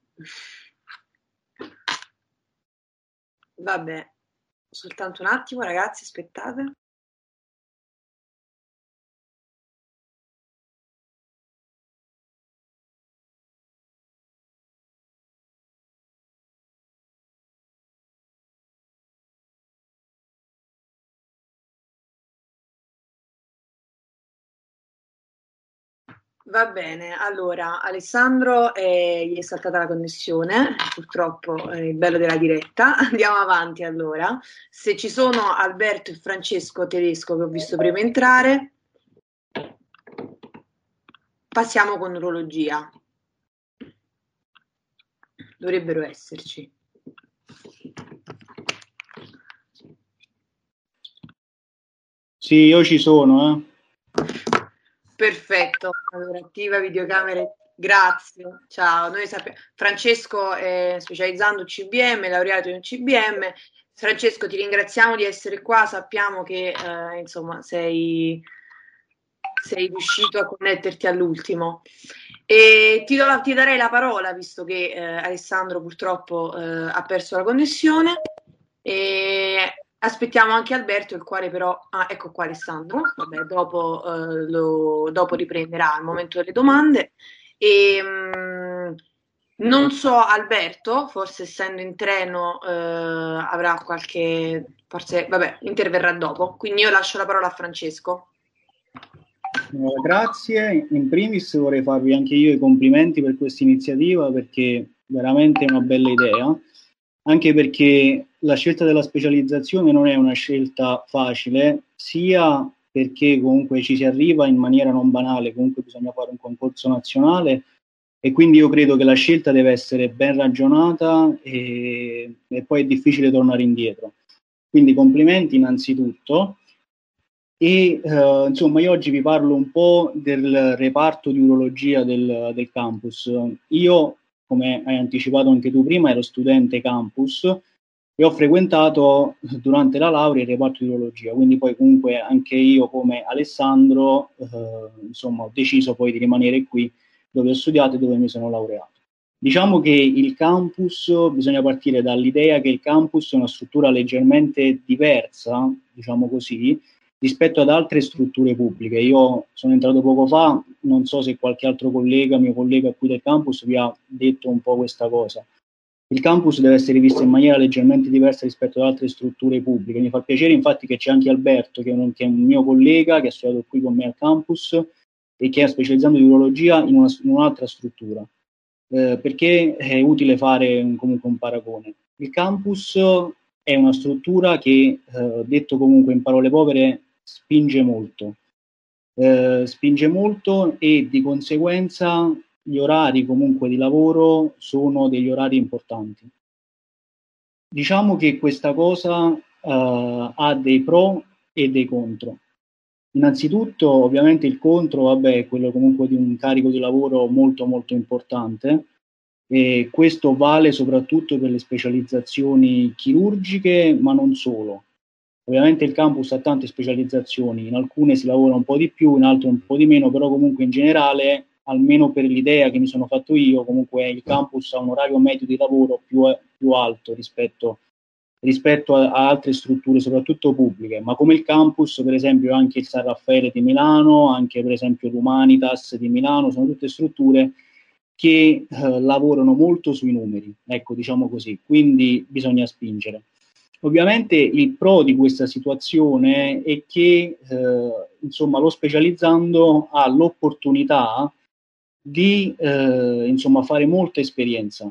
Vabbè, soltanto un attimo, ragazzi, aspettate. Va bene, allora Alessandro gli è saltata la connessione, purtroppo è il bello della diretta. Andiamo avanti allora. Se ci sono Alberto e Francesco Tedesco che ho visto prima entrare, passiamo con urologia. Dovrebbero esserci. Sì, io ci sono, Perfetto, allora attiva videocamere, grazie, ciao. Noi Francesco è specializzato in CBM, laureato in CBM. Francesco, ti ringraziamo di essere qua, sappiamo che insomma sei riuscito a connetterti all'ultimo. E ti darei la parola, visto che Alessandro purtroppo ha perso la connessione. E aspettiamo anche Alberto, il quale però... Ah, ecco qua Alessandro. Vabbè, dopo riprenderà al momento delle domande. E non so, Alberto, forse essendo in treno avrà qualche... Forse, vabbè, interverrà dopo. Quindi io lascio la parola a Francesco. Grazie. In primis vorrei farvi anche io i complimenti per questa iniziativa, perché veramente è una bella idea, anche perché la scelta della specializzazione non è una scelta facile, sia perché comunque ci si arriva in maniera non banale, comunque bisogna fare un concorso nazionale, e quindi io credo che la scelta deve essere ben ragionata e poi è difficile tornare indietro. Quindi complimenti innanzitutto. E insomma, io oggi vi parlo un po' del reparto di urologia del campus. Io, come hai anticipato anche tu prima, ero studente campus e ho frequentato durante la laurea il reparto di urologia, quindi poi comunque anche io, come Alessandro, insomma, ho deciso poi di rimanere qui dove ho studiato e dove mi sono laureato. Diciamo che il campus, bisogna partire dall'idea che il campus è una struttura leggermente diversa, diciamo così, rispetto ad altre strutture pubbliche. Io sono entrato poco fa, non so se qualche altro collega, mio collega qui del campus, vi ha detto un po' questa cosa. Il campus deve essere visto in maniera leggermente diversa rispetto ad altre strutture pubbliche. Mi fa piacere infatti che c'è anche Alberto, che è un mio collega, che ha studiato qui con me al campus e che è specializzato in urologia in un'altra struttura, perché è utile fare comunque un paragone. Il campus è una struttura che, detto comunque in parole povere, spinge molto e di conseguenza gli orari comunque di lavoro sono degli orari importanti. Diciamo che questa cosa ha dei pro e dei contro. Innanzitutto, ovviamente, il contro, è quello comunque di un carico di lavoro molto molto importante, e questo vale soprattutto per le specializzazioni chirurgiche, ma non solo. Ovviamente il campus ha tante specializzazioni, in alcune si lavora un po' di più, in altre un po' di meno, però comunque in generale, almeno per l'idea che mi sono fatto io, comunque il campus ha un orario medio di lavoro più alto rispetto a altre strutture, soprattutto pubbliche, ma come il campus, per esempio anche il San Raffaele di Milano, anche per esempio l'Humanitas di Milano, sono tutte strutture che lavorano molto sui numeri, ecco, diciamo così, quindi bisogna spingere. Ovviamente il pro di questa situazione è che insomma, lo specializzando ha l'opportunità di fare molta esperienza,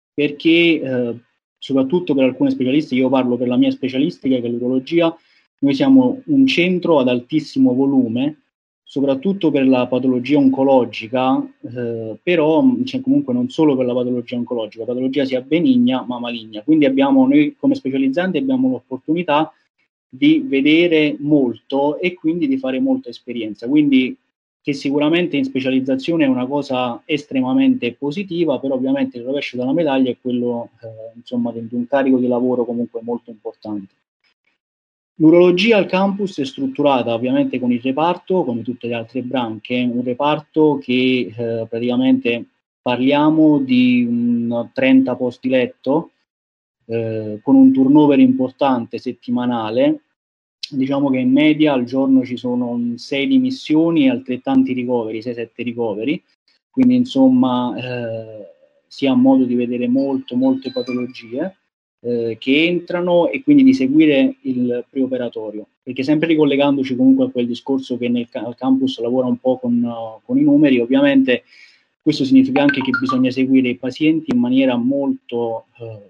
perché soprattutto per alcune specialisti, io parlo per la mia specialistica che è l'urologia, noi siamo un centro ad altissimo volume, soprattutto per la patologia oncologica, però comunque non solo per la patologia oncologica, la patologia sia benigna ma maligna, quindi noi come specializzanti abbiamo l'opportunità di vedere molto e quindi di fare molta esperienza, quindi che sicuramente in specializzazione è una cosa estremamente positiva, però ovviamente il rovescio della medaglia è quello di un carico di lavoro comunque molto importante. L'urologia al campus è strutturata ovviamente con il reparto, come tutte le altre branche, un reparto che praticamente parliamo di 30 posti letto, con un turnover importante settimanale. Diciamo che in media al giorno ci sono 6 dimissioni e altrettanti ricoveri, 6-7 ricoveri, quindi insomma si ha modo di vedere molte patologie che entrano e quindi di seguire il preoperatorio, perché sempre ricollegandoci comunque a quel discorso che al campus lavora un po' con i numeri, ovviamente questo significa anche che bisogna seguire i pazienti in maniera molto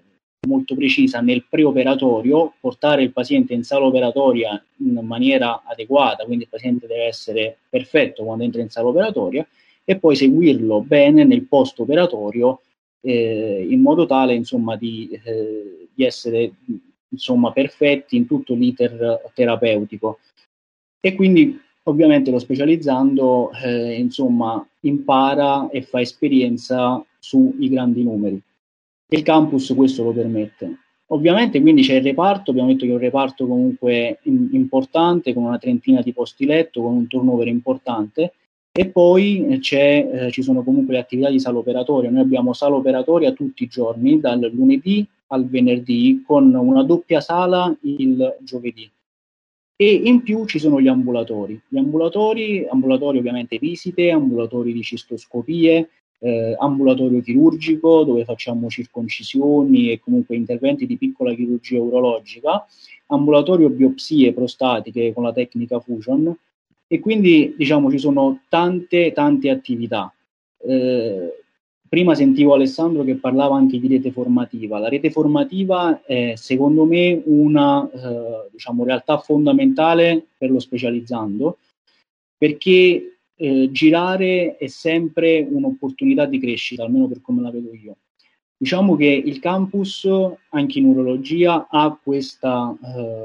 precisa nel preoperatorio, portare il paziente in sala operatoria in maniera adeguata, quindi il paziente deve essere perfetto quando entra in sala operatoria, e poi seguirlo bene nel post operatorio in modo tale di essere perfetti in tutto l'iter terapeutico. E quindi ovviamente lo specializzando impara e fa esperienza sui grandi numeri. Il campus questo lo permette. Ovviamente quindi c'è il reparto, abbiamo detto che è un reparto comunque importante, con una trentina di posti letto, con un turnover importante, e poi ci sono comunque le attività di sala operatoria. Noi abbiamo sala operatoria tutti i giorni, dal lunedì al venerdì, con una doppia sala il giovedì. E in più ci sono gli ambulatori. Gli ambulatori ovviamente visite, ambulatori di cistoscopie, ambulatorio chirurgico dove facciamo circoncisioni e comunque interventi di piccola chirurgia urologica, ambulatorio biopsie prostatiche con la tecnica Fusion, e quindi ci sono tante attività. Prima sentivo Alessandro che parlava anche di rete formativa. La rete formativa è secondo me una realtà fondamentale per lo specializzando, perché girare è sempre un'opportunità di crescita, almeno per come la vedo io. Diciamo che il campus, anche in urologia, ha questa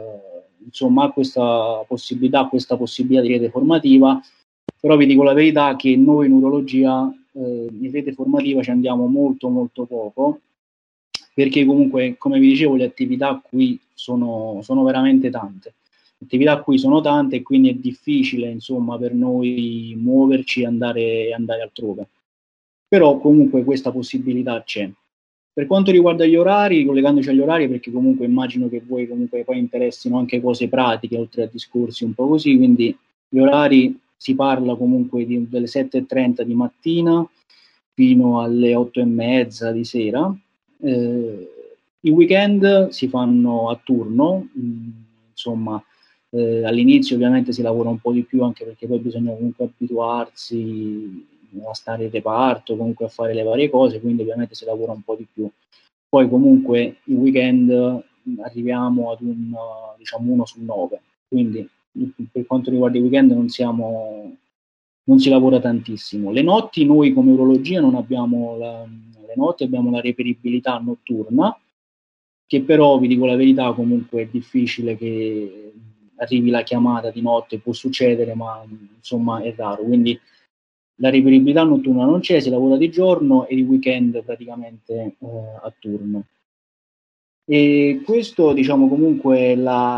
possibilità di rete formativa, però vi dico la verità che noi in urologia in rete formativa ci andiamo molto poco, perché comunque, come vi dicevo, le attività qui sono veramente tante. E quindi è difficile per noi muoverci e andare altrove. Però comunque questa possibilità c'è. Per quanto riguarda gli orari, collegandoci agli orari, perché comunque immagino che voi comunque poi interessino anche cose pratiche oltre a discorsi un po' così, quindi gli orari si parla comunque delle 7:30 di mattina fino alle 8:30 di sera, I weekend si fanno a turno, insomma, all'inizio ovviamente si lavora un po' di più, anche perché poi bisogna comunque abituarsi a stare in reparto, comunque a fare le varie cose, quindi ovviamente si lavora un po' di più. Poi comunque i weekend arriviamo ad un, diciamo, 1 su 9, quindi per quanto riguarda i weekend non si lavora tantissimo. Le notti noi come urologia non abbiamo le notti, abbiamo la reperibilità notturna, che però, vi dico la verità, comunque è difficile che arrivi la chiamata di notte, può succedere, ma insomma è raro, quindi la reperibilità notturna non c'è, si lavora di giorno e i weekend praticamente a turno. E questo, diciamo, comunque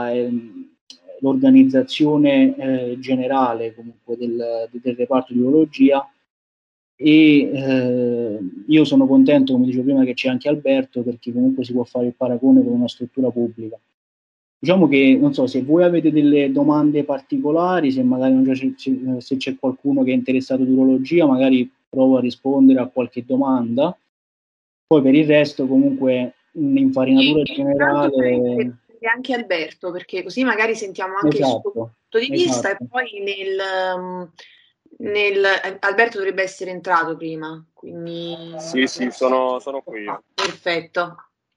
l'organizzazione generale comunque del reparto di urologia. E io sono contento, come dicevo prima, che c'è anche Alberto, perché comunque si può fare il paragone con una struttura pubblica. Diciamo che, non so, se voi avete delle domande particolari, se magari se c'è qualcuno che è interessato ad urologia, magari provo a rispondere a qualche domanda. Poi per il resto comunque un'infarinatura generale. Anche Alberto, perché così magari sentiamo anche il suo punto di vista, e poi Alberto dovrebbe essere entrato prima, quindi sì, sono qui io. Perfetto.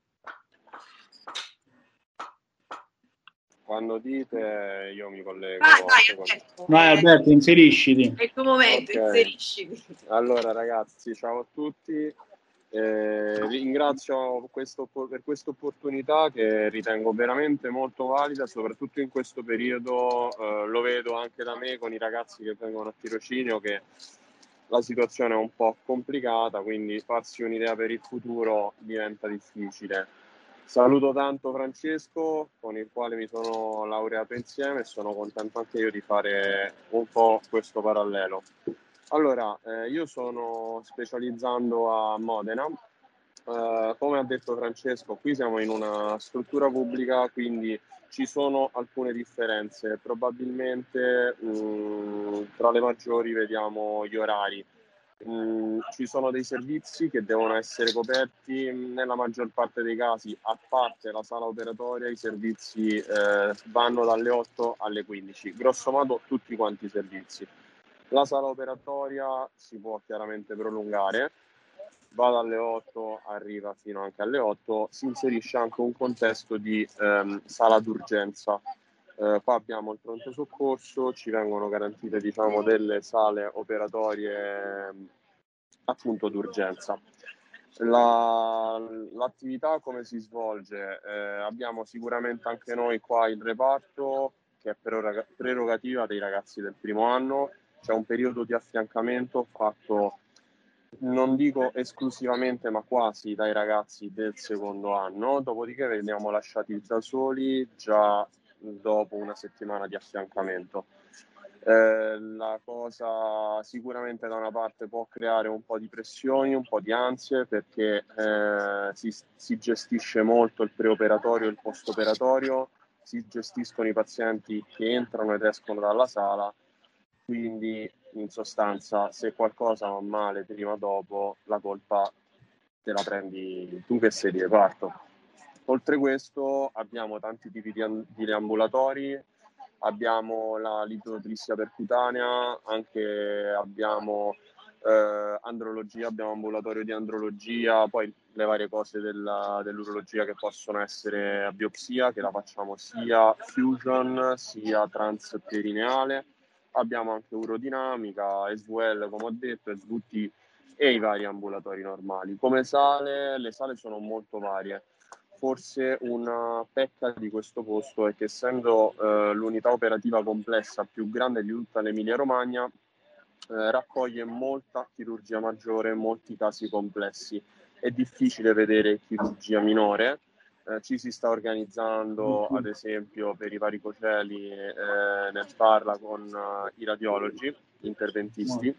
Quando dite io mi collego. Vai Alberto, inserisciti. È il tuo momento, inserisciti. Allora ragazzi, ciao a tutti. Ringrazio per questa opportunità che ritengo veramente molto valida, soprattutto in questo periodo. Lo vedo anche da me con i ragazzi che vengono a tirocinio, che la situazione è un po' complicata, quindi farsi un'idea per il futuro diventa difficile. Saluto tanto Francesco, con il quale mi sono laureato insieme, e sono contento anche io di fare un po' questo parallelo. Allora, io sono specializzando a Modena. Come ha detto Francesco, qui siamo in una struttura pubblica, quindi ci sono alcune differenze. Probabilmente tra le maggiori vediamo gli orari. Ci sono dei servizi che devono essere coperti nella maggior parte dei casi, a parte la sala operatoria. I servizi vanno dalle 8 alle 15, grosso modo tutti quanti i servizi. La sala operatoria si può chiaramente prolungare, va dalle 8, arriva fino anche alle 8, si inserisce anche un contesto di sala d'urgenza. Qua abbiamo il pronto soccorso, ci vengono garantite, diciamo, delle sale operatorie appunto d'urgenza. L'attività come si svolge? Abbiamo sicuramente anche noi qua il reparto, che è prerogativa dei ragazzi del primo anno. C'è un periodo di affiancamento fatto, non dico esclusivamente, ma quasi dai ragazzi del secondo anno, dopodiché veniamo lasciati da soli già dopo una settimana di affiancamento. La cosa sicuramente da una parte può creare un po' di pressioni, un po' di ansie, perché si gestisce molto il preoperatorio e il postoperatorio, si gestiscono i pazienti che entrano ed escono dalla sala, quindi in sostanza se qualcosa va male prima o dopo la colpa te la prendi tu che sei di reparto. Oltre questo abbiamo tanti tipi di ambulatori, abbiamo la litotrissia percutanea, anche abbiamo andrologia, abbiamo ambulatorio di andrologia, poi le varie cose dell'urologia che possono essere a biopsia, che la facciamo sia fusion sia transperineale. Abbiamo anche urodinamica, SVL come ho detto, SVT e i vari ambulatori normali. Come sale, le sale sono molto varie. Forse una pecca di questo posto è che, essendo l'unità operativa complessa più grande di tutta l'Emilia Romagna, raccoglie molta chirurgia maggiore, molti casi complessi. È difficile vedere chirurgia minore. Ci si sta organizzando, ad esempio, per i varicoceli nel farla con i radiologi, interventisti,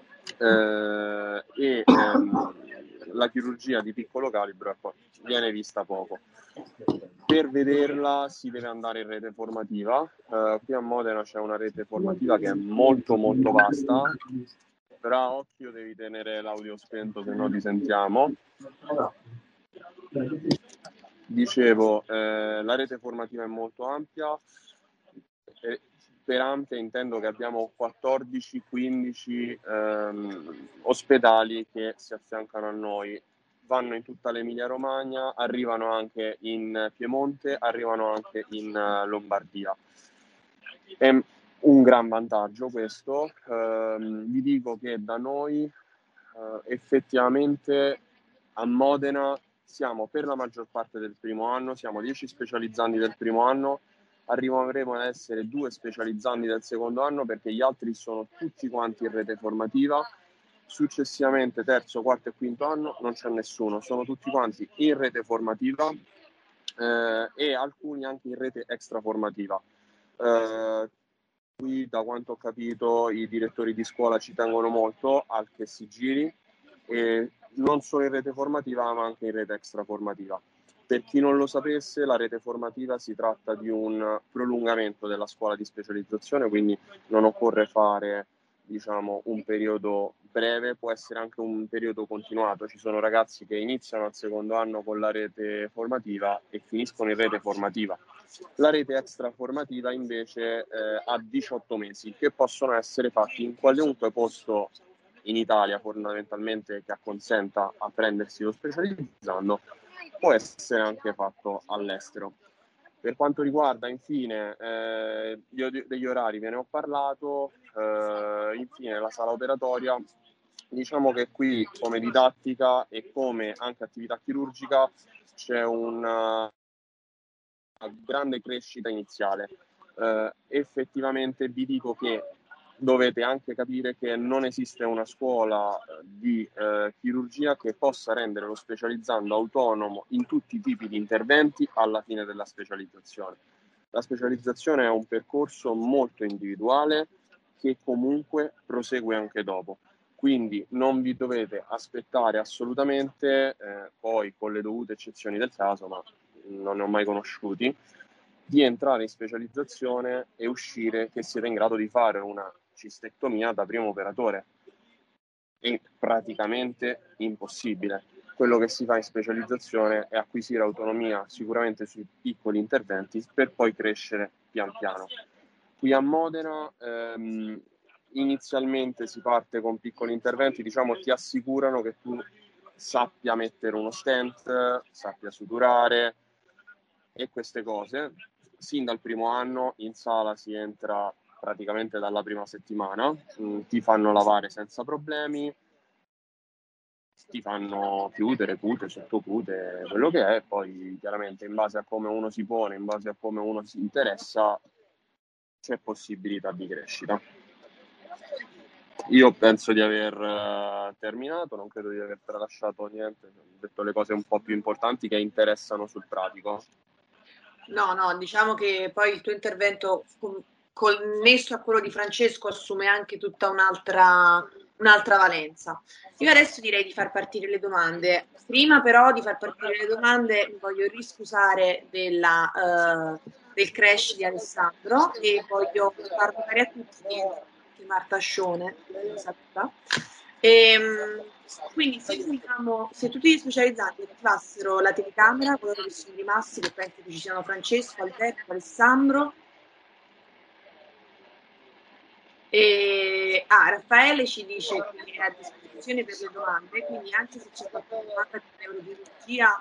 e la chirurgia di piccolo calibro viene vista poco. Per vederla si deve andare in rete formativa. Qui a Modena c'è una rete formativa che è molto molto vasta, però a occhio devi tenere l'audio spento, se no ti sentiamo. Dicevo, la rete formativa è molto ampia. Per ampia intendo che abbiamo 14-15 ospedali che si affiancano a noi, vanno in tutta l'Emilia Romagna, arrivano anche in Piemonte, arrivano anche in Lombardia. È un gran vantaggio questo. Vi dico che da noi effettivamente a Modena siamo per la maggior parte del primo anno, siamo 10 specializzandi del primo anno, arriveremo ad essere 2 specializzandi del secondo anno perché gli altri sono tutti quanti in rete formativa. Successivamente terzo, quarto e quinto anno non c'è nessuno, sono tutti quanti in rete formativa e alcuni anche in rete extraformativa. Qui, da quanto ho capito, i direttori di scuola ci tengono molto al che si giri, e non solo in rete formativa ma anche in rete extraformativa. Per chi non lo sapesse, la rete formativa si tratta di un prolungamento della scuola di specializzazione, quindi non occorre fare, diciamo, un periodo breve, può essere anche un periodo continuato. Ci sono ragazzi che iniziano al secondo anno con la rete formativa e finiscono in rete formativa. La rete extraformativa invece ha 18 mesi che possono essere fatti in qualunque posto in Italia, fondamentalmente, che acconsenta a prendersi lo specializzando, può essere anche fatto all'estero. Per quanto riguarda infine degli orari, ve ne ho parlato, infine la sala operatoria, diciamo che qui come didattica e come anche attività chirurgica c'è una grande crescita iniziale. Effettivamente vi dico che dovete anche capire che non esiste una scuola di chirurgia che possa rendere lo specializzando autonomo in tutti i tipi di interventi alla fine della specializzazione. La specializzazione è un percorso molto individuale che comunque prosegue anche dopo. Quindi non vi dovete aspettare assolutamente, poi con le dovute eccezioni del caso, ma non ne ho mai conosciuti, di entrare in specializzazione e uscire che siete in grado di fare una cistectomia da primo operatore. È praticamente impossibile. Quello che si fa in specializzazione è acquisire autonomia sicuramente sui piccoli interventi per poi crescere pian piano. Qui a Modena inizialmente si parte con piccoli interventi, diciamo ti assicurano che tu sappia mettere uno stent, sappia suturare e queste cose. Sin dal primo anno in sala si entra praticamente dalla prima settimana, ti fanno lavare senza problemi, ti fanno chiudere, cute, sottocute, quello che è, poi chiaramente in base a come uno si pone, in base a come uno si interessa, c'è possibilità di crescita. Io penso di aver terminato, non credo di aver tralasciato niente, ho detto le cose un po' più importanti che interessano sul pratico. No, diciamo che poi il tuo intervento connesso a quello di Francesco assume anche tutta un'altra valenza. Io adesso direi di far partire le domande. Prima però di far partire le domande mi voglio riscusare del crash di Alessandro e voglio far notare a tutti che Marta Scione, quindi se tutti gli specializzati attivassero la telecamera, coloro che sono rimasti, che penso che ci siano Francesco, Alberto, Alessandro e Raffaele ci dice che è a disposizione per le domande, quindi anche se c'è qualche domanda di neurochirurgia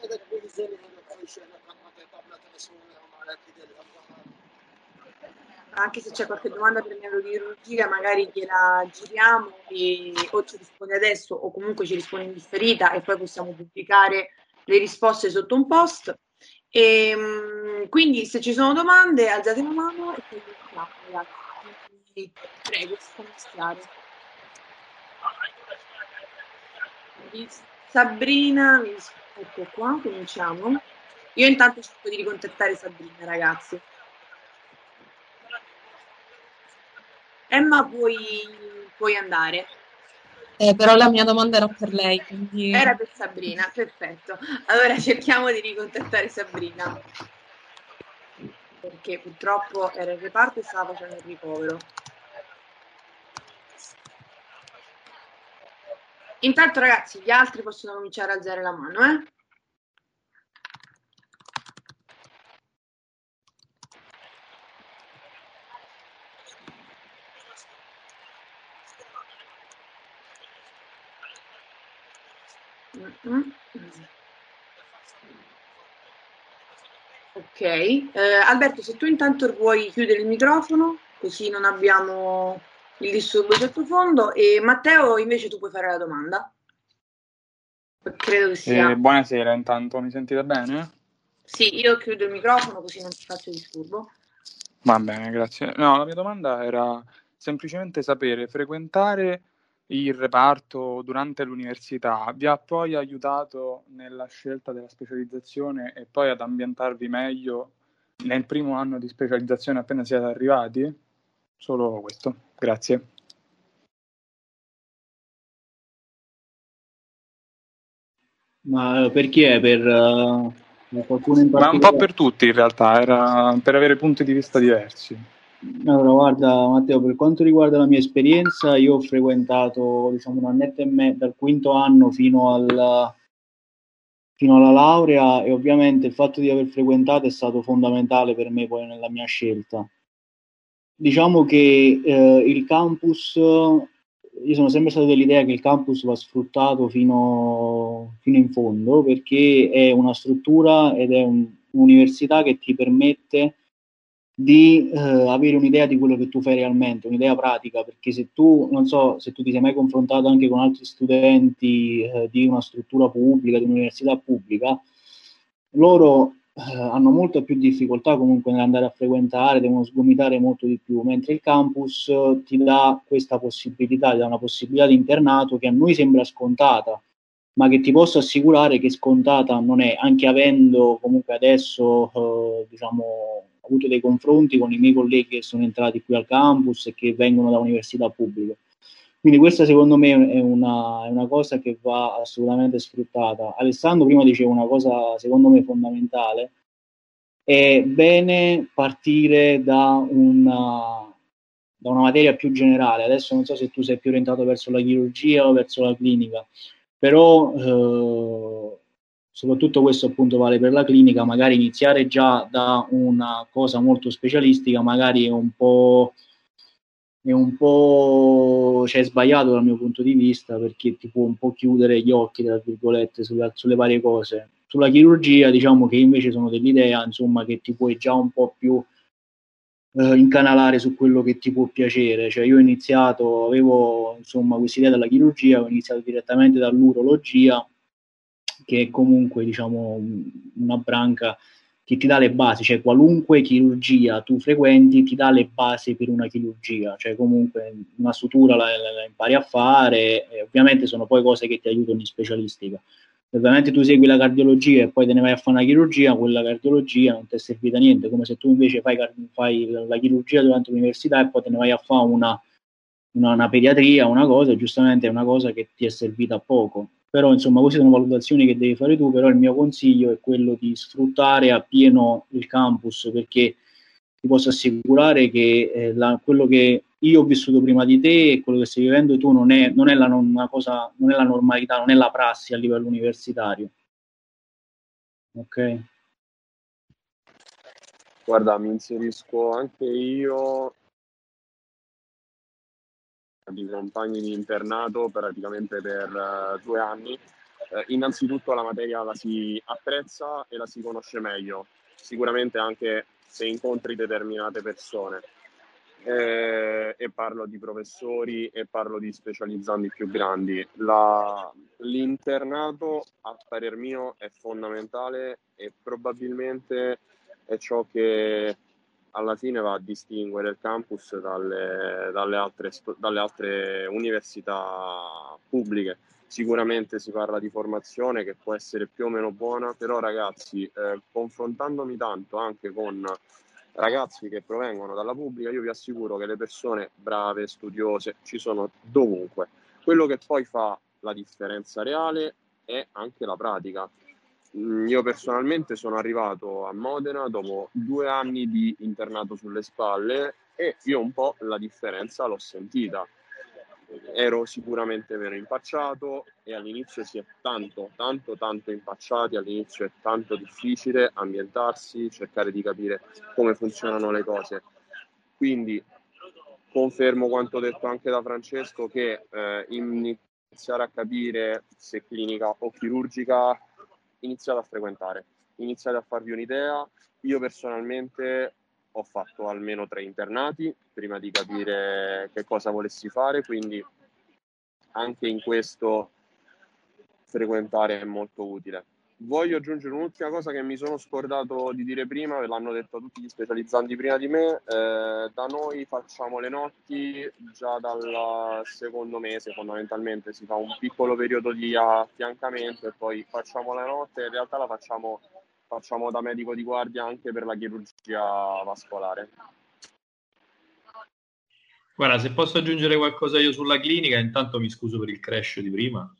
magari gliela giriamo o ci risponde adesso o comunque ci risponde in differita e poi possiamo pubblicare le risposte sotto un post. Quindi se ci sono domande alzate la mano e poi iniziamo, ragazzi. Quindi, prego, iniziare. Sabrina, ecco qua, cominciamo. Io intanto cerco di ricontattare Sabrina, ragazzi. Emma, puoi andare. Però la mia domanda era per lei, quindi... Era per Sabrina, perfetto. Allora cerchiamo di ricontattare Sabrina. Perché purtroppo era in reparto e stava facendo il ricovero. Intanto, ragazzi, gli altri possono cominciare a alzare la mano, Ok, Alberto, se tu intanto vuoi chiudere il microfono, così non abbiamo il disturbo sottofondo, e Matteo invece tu puoi fare la domanda. Credo che sia... Buonasera, intanto mi sentite bene? Sì, io chiudo il microfono così non ti faccio disturbo. Va bene, grazie. No, la mia domanda era semplicemente sapere, frequentare il reparto durante l'università vi ha poi aiutato nella scelta della specializzazione e poi ad ambientarvi meglio nel primo anno di specializzazione appena siete arrivati? Solo questo, grazie. Ma per chi è? Per qualcuno in Ma un po' particolare? per tutti in realtà, era per avere punti di vista diversi. Allora, guarda Matteo, per quanto riguarda la mia esperienza, io ho frequentato, diciamo, un annetto e mezzo, dal quinto anno fino alla laurea, e ovviamente il fatto di aver frequentato è stato fondamentale per me poi nella mia scelta. Diciamo che il campus, io sono sempre stato dell'idea che il campus va sfruttato fino in fondo, perché è una struttura ed è un'università che ti permette di avere un'idea di quello che tu fai realmente, un'idea pratica, perché se tu, non so se tu ti sei mai confrontato anche con altri studenti di una struttura pubblica, di un'università pubblica, loro hanno molta più difficoltà comunque nell'andare a frequentare, devono sgomitare molto di più, mentre il campus ti dà questa possibilità, ti dà una possibilità di internato che a noi sembra scontata, ma che ti posso assicurare che scontata non è, anche avendo comunque adesso diciamo, avuto dei confronti con i miei colleghi che sono entrati qui al campus e che vengono da università pubbliche. Quindi questa secondo me è una cosa che va assolutamente sfruttata. Alessandro prima diceva una cosa secondo me fondamentale: è bene partire da una materia più generale. Adesso non so se tu sei più orientato verso la chirurgia o verso la clinica, però soprattutto questo appunto vale per la clinica, magari iniziare già da una cosa molto specialistica magari cioè, sbagliato dal mio punto di vista, perché ti può un po' chiudere gli occhi, tra virgolette, sulle varie cose. Sulla chirurgia, diciamo che invece sono dell'idea, insomma, che ti puoi già un po' più incanalare su quello che ti può piacere. Cioè, io ho iniziato, avevo insomma questa idea della chirurgia, ho iniziato direttamente dall'urologia, che è comunque, diciamo, una branca che ti dà le basi, cioè qualunque chirurgia tu frequenti ti dà le basi per una chirurgia, cioè comunque una sutura la impari a fare, e ovviamente sono poi cose che ti aiutano in specialistica. Se ovviamente tu segui la cardiologia e poi te ne vai a fare una chirurgia, quella cardiologia non ti è servita a niente, come se tu invece fai la chirurgia durante l'università e poi te ne vai a fare una pediatria, una cosa, giustamente è una cosa che ti è servita a poco. Però insomma queste sono valutazioni che devi fare tu, però il mio consiglio è quello di sfruttare appieno il campus, perché ti posso assicurare che quello che io ho vissuto prima di te e quello che stai vivendo tu non è una cosa, non è la normalità, non è la prassi a livello universitario. Ok? Guarda, mi inserisco anche io di compagni di internato praticamente per 2 anni. Innanzitutto la materia la si apprezza e la si conosce meglio, sicuramente anche se incontri determinate persone. E parlo di professori e parlo di specializzandi più grandi. L'internato, a parer mio, è fondamentale e probabilmente è ciò che alla fine va a distinguere il campus dalle altre università pubbliche. Sicuramente si parla di formazione che può essere più o meno buona, però ragazzi, confrontandomi tanto anche con ragazzi che provengono dalla pubblica, io vi assicuro che le persone brave, studiose, ci sono dovunque. Quello che poi fa la differenza reale è anche la pratica. Io personalmente sono arrivato a Modena dopo 2 anni di internato sulle spalle e io un po' la differenza l'ho sentita. Ero sicuramente meno impacciato e all'inizio si è tanto impacciati, all'inizio è tanto difficile ambientarsi, cercare di capire come funzionano le cose. Quindi confermo quanto detto anche da Francesco che in iniziare a capire se clinica o chirurgica, iniziate a frequentare, iniziate a farvi un'idea. Io personalmente ho fatto almeno 3 internati prima di capire che cosa volessi fare, quindi anche in questo frequentare è molto utile. Voglio aggiungere un'ultima cosa che mi sono scordato di dire prima, ve l'hanno detto tutti gli specializzanti prima di me. Da noi facciamo le notti già dal secondo mese, fondamentalmente si fa un piccolo periodo di affiancamento e poi facciamo la notte. In realtà la facciamo da medico di guardia anche per la chirurgia vascolare. Guarda, se posso aggiungere qualcosa io sulla clinica, intanto mi scuso per il crash di prima.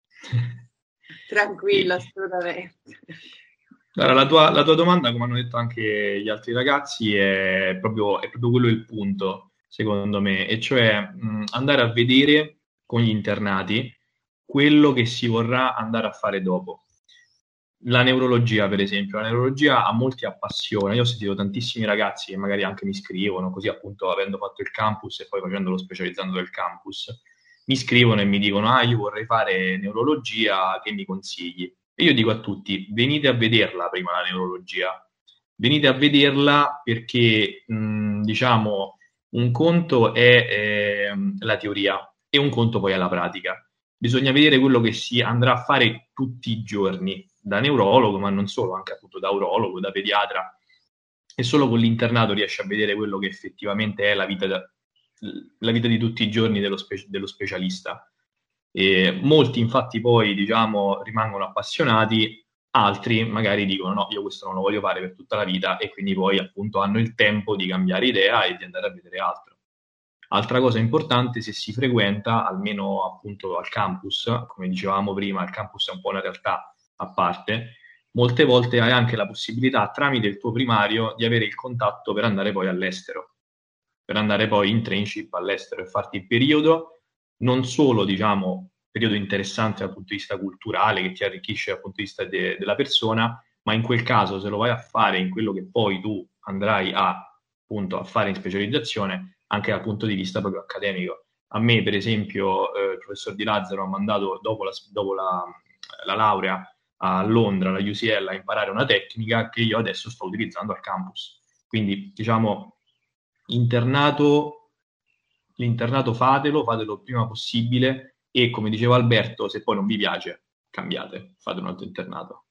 Tranquillo, assolutamente. Allora, la tua domanda, come hanno detto anche gli altri ragazzi, è proprio quello il punto, secondo me, e cioè andare a vedere con gli internati quello che si vorrà andare a fare dopo. La neurologia, per esempio, la neurologia a molti appassiona. Io ho sentito tantissimi ragazzi che magari anche mi scrivono, così appunto avendo fatto il campus e poi facendo lo specializzando del campus, mi scrivono e mi dicono: io vorrei fare neurologia, che mi consigli? E io dico a tutti: venite a vederla prima la neurologia, venite a vederla perché diciamo un conto è la teoria e un conto poi è la pratica. Bisogna vedere quello che si andrà a fare tutti i giorni da neurologo, ma non solo, anche appunto da urologo, da pediatra, e solo con l'internato riesce a vedere quello che effettivamente è la vita di tutti i giorni dello specialista. E molti infatti poi diciamo rimangono appassionati, altri magari dicono no, io questo non lo voglio fare per tutta la vita, e quindi poi appunto hanno il tempo di cambiare idea e di andare a vedere altro. Altra cosa importante, se si frequenta almeno appunto al campus, come dicevamo prima, il campus è un po' una realtà a parte, molte volte hai anche la possibilità tramite il tuo primario di avere il contatto per andare poi all'estero, per andare poi in trainship all'estero e farti il periodo, non solo diciamo periodo interessante dal punto di vista culturale che ti arricchisce dal punto di vista della persona, ma in quel caso se lo vai a fare in quello che poi tu andrai appunto a fare in specializzazione, anche dal punto di vista proprio accademico. A me per esempio il professor Di Lazzaro ha mandato dopo la laurea a Londra, alla UCL, a imparare una tecnica che io adesso sto utilizzando al campus. Quindi diciamo l'internato fatelo il prima possibile, e come diceva Alberto, se poi non vi piace cambiate, fate un altro internato.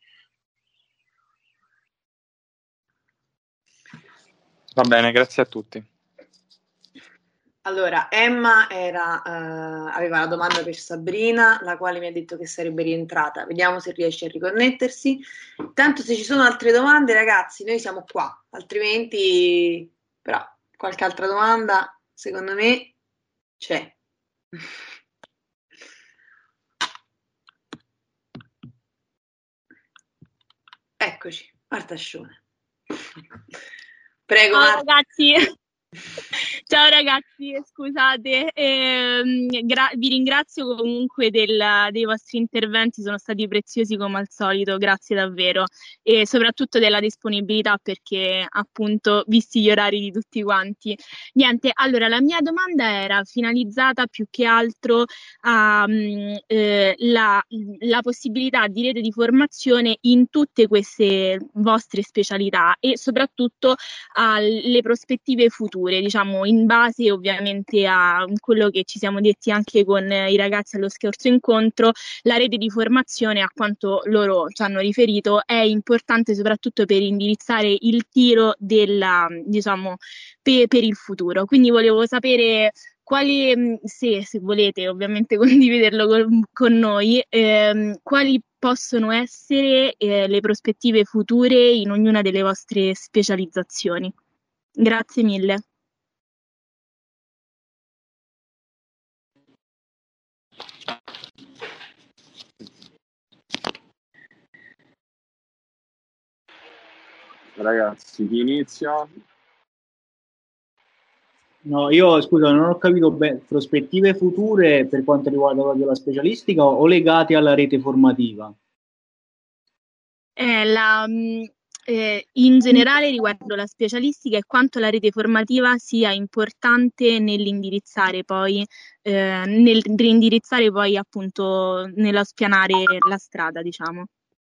Va bene, grazie a tutti. Allora, Emma aveva la domanda per Sabrina, la quale mi ha detto che sarebbe rientrata. Vediamo se riesce a riconnettersi. Tanto se ci sono altre domande, ragazzi, noi siamo qua. Altrimenti, però, qualche altra domanda, secondo me, c'è. Eccoci, Marta Scione. Prego, Ciao Marta. ragazzi. Ciao ragazzi, scusate, vi ringrazio comunque dei vostri interventi, sono stati preziosi come al solito, grazie davvero, e soprattutto della disponibilità, perché appunto visti gli orari di tutti quanti. Niente, allora la mia domanda era finalizzata più che altro a la possibilità di rete di formazione in tutte queste vostre specialità e soprattutto alle prospettive future, diciamo, in base ovviamente a quello che ci siamo detti anche con i ragazzi allo scorso incontro. La rete di formazione, a quanto loro ci hanno riferito, è importante soprattutto per indirizzare il tiro diciamo, per il futuro. Quindi volevo sapere quali, se volete ovviamente condividerlo con noi, quali possono essere le prospettive future in ognuna delle vostre specializzazioni. Grazie mille. Ragazzi, chi inizia? No, io scusa, non ho capito bene, prospettive future per quanto riguarda proprio la specialistica o legate alla rete formativa? in generale riguardo la specialistica e quanto la rete formativa sia importante nell'indirizzare poi, appunto nello spianare la strada, diciamo.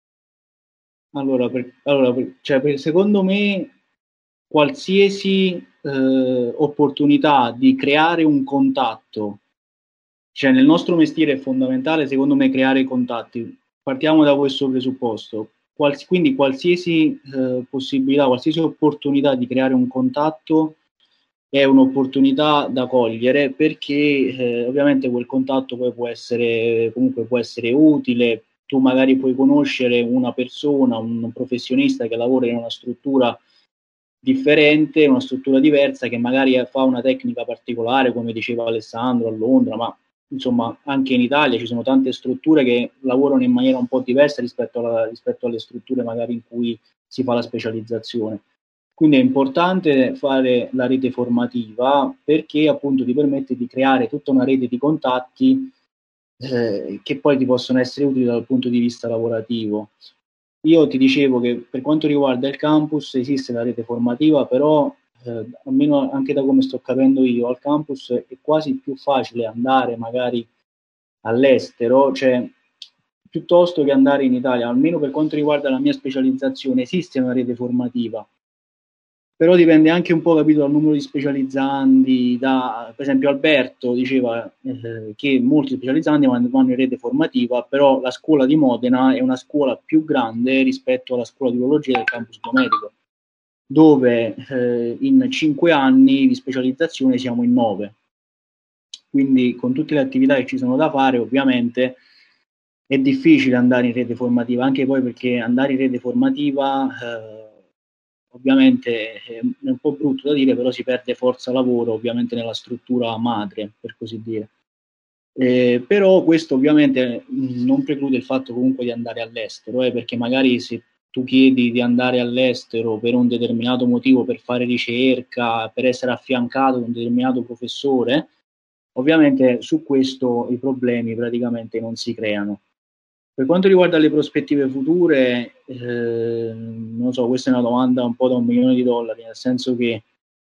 Secondo me qualsiasi opportunità di creare un contatto, cioè nel nostro mestiere è fondamentale secondo me creare contatti, partiamo da questo presupposto. Quindi qualsiasi possibilità, qualsiasi opportunità di creare un contatto è un'opportunità da cogliere, perché ovviamente quel contatto poi può essere utile. Tu magari puoi conoscere una persona, un professionista che lavora in una struttura differente, una struttura diversa, che magari fa una tecnica particolare, come diceva Alessandro a Londra, ma insomma anche in Italia ci sono tante strutture che lavorano in maniera un po' diversa rispetto alle strutture magari in cui si fa la specializzazione. Quindi è importante fare la rete formativa, perché appunto ti permette di creare tutta una rete di contatti che poi ti possono essere utili dal punto di vista lavorativo. Io ti dicevo che per quanto riguarda il campus esiste la rete formativa, però almeno anche da come sto capendo io, al campus è quasi più facile andare magari all'estero, cioè piuttosto che andare in Italia. Almeno per quanto riguarda la mia specializzazione esiste una rete formativa, però dipende anche un po', capito, dal numero di specializzandi. Per esempio Alberto diceva che molti specializzandi vanno in rete formativa, però la scuola di Modena è una scuola più grande rispetto alla scuola di urologia del campus biomedico, dove in 5 anni di specializzazione siamo in 9. Quindi con tutte le attività che ci sono da fare, ovviamente è difficile andare in rete formativa, anche poi perché andare in rete formativa ovviamente è un po' brutto da dire, però si perde forza lavoro ovviamente nella struttura madre, per così dire. Però questo ovviamente non preclude il fatto comunque di andare all'estero, perché magari se tu chiedi di andare all'estero per un determinato motivo, per fare ricerca, per essere affiancato da un determinato professore, ovviamente su questo i problemi praticamente non si creano. Per quanto riguarda le prospettive future, non so, questa è una domanda un po' da $1 milione, nel senso che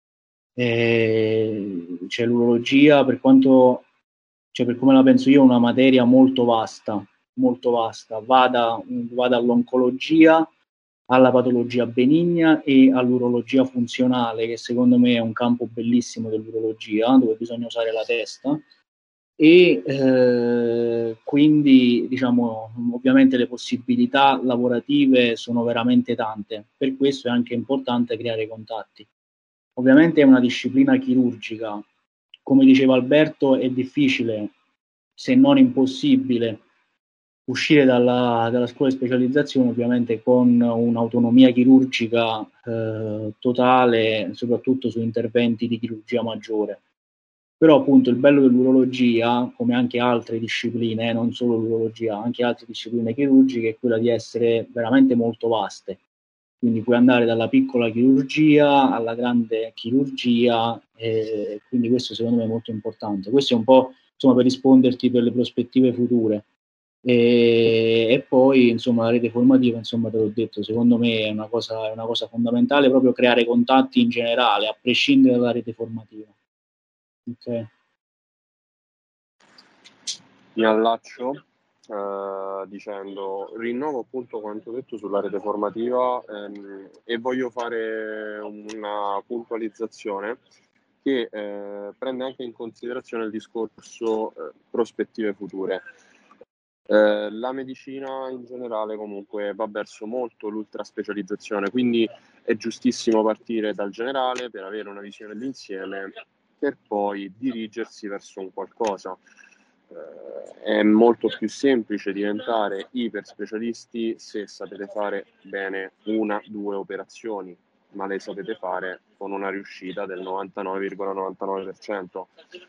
c'è l'urologia, per come la penso io, è una materia molto vasta, va dall'oncologia alla patologia benigna e all'urologia funzionale, che secondo me è un campo bellissimo dell'urologia, dove bisogna usare la testa. E quindi diciamo ovviamente le possibilità lavorative sono veramente tante, per questo è anche importante creare contatti. Ovviamente è una disciplina chirurgica, come diceva Alberto, è difficile, se non impossibile, uscire dalla scuola di specializzazione, ovviamente con un'autonomia chirurgica totale, soprattutto su interventi di chirurgia maggiore. Però appunto il bello dell'urologia, come anche altre discipline, non solo l'urologia, anche altre discipline chirurgiche, è quella di essere veramente molto vaste. Quindi puoi andare dalla piccola chirurgia alla grande chirurgia, quindi questo secondo me è molto importante. Questo è un po', insomma, per risponderti per le prospettive future. E poi insomma la rete formativa, insomma, te l'ho detto, secondo me è una cosa fondamentale, proprio creare contatti in generale, a prescindere dalla rete formativa. Okay. Mi allaccio dicendo, rinnovo appunto quanto detto sulla rete formativa e voglio fare una puntualizzazione che prende anche in considerazione il discorso prospettive future. La medicina in generale comunque va verso molto l'ultraspecializzazione, quindi è giustissimo partire dal generale per avere una visione d'insieme, per poi dirigersi verso un qualcosa. È molto più semplice diventare iperspecialisti se sapete fare bene 1-2 operazioni, ma le sapete fare con una riuscita del 99,99%.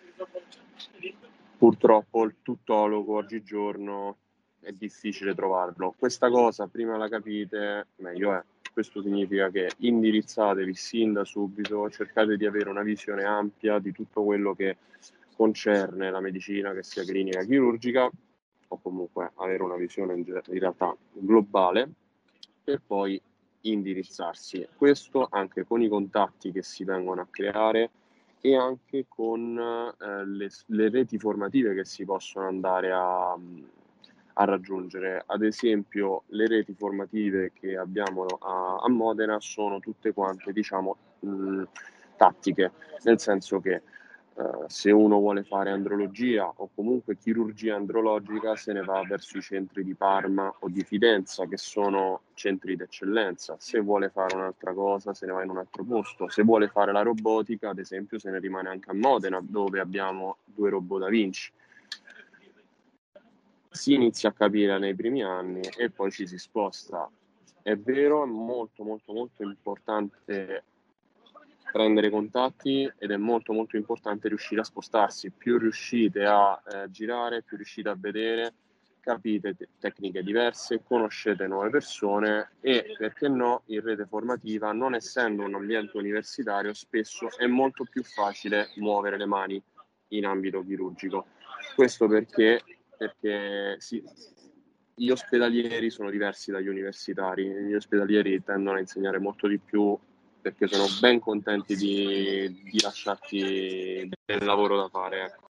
Purtroppo il tuttologo oggigiorno è difficile trovarlo. Questa cosa prima la capite, meglio è. Questo significa che indirizzatevi sin da subito, cercate di avere una visione ampia di tutto quello che concerne la medicina, che sia clinica chirurgica, o comunque avere una visione in realtà globale, per poi indirizzarsi. Questo anche con i contatti che si vengono a creare e anche con le reti formative che si possono andare a raggiungere. Ad esempio, le reti formative che abbiamo a Modena sono tutte quante, diciamo, tattiche, nel senso che se uno vuole fare andrologia o comunque chirurgia andrologica se ne va verso i centri di Parma o di Fidenza, che sono centri d'eccellenza. Se vuole fare un'altra cosa se ne va in un altro posto. Se vuole fare la robotica, ad esempio, se ne rimane anche a Modena, dove abbiamo 2 robot da Vinci. Si inizia a capire nei primi anni e poi ci si sposta. È vero, è molto molto molto importante prendere contatti ed è molto molto importante riuscire a spostarsi. Più riuscite a girare, più riuscite a vedere, capite tecniche diverse, conoscete nuove persone e, perché no, in rete formativa, non essendo un ambiente universitario, spesso è molto più facile muovere le mani in ambito chirurgico. Questo perché sì, gli ospedalieri sono diversi dagli universitari. Gli ospedalieri tendono a insegnare molto di più perché sono ben contenti di lasciarti del lavoro da fare, ecco.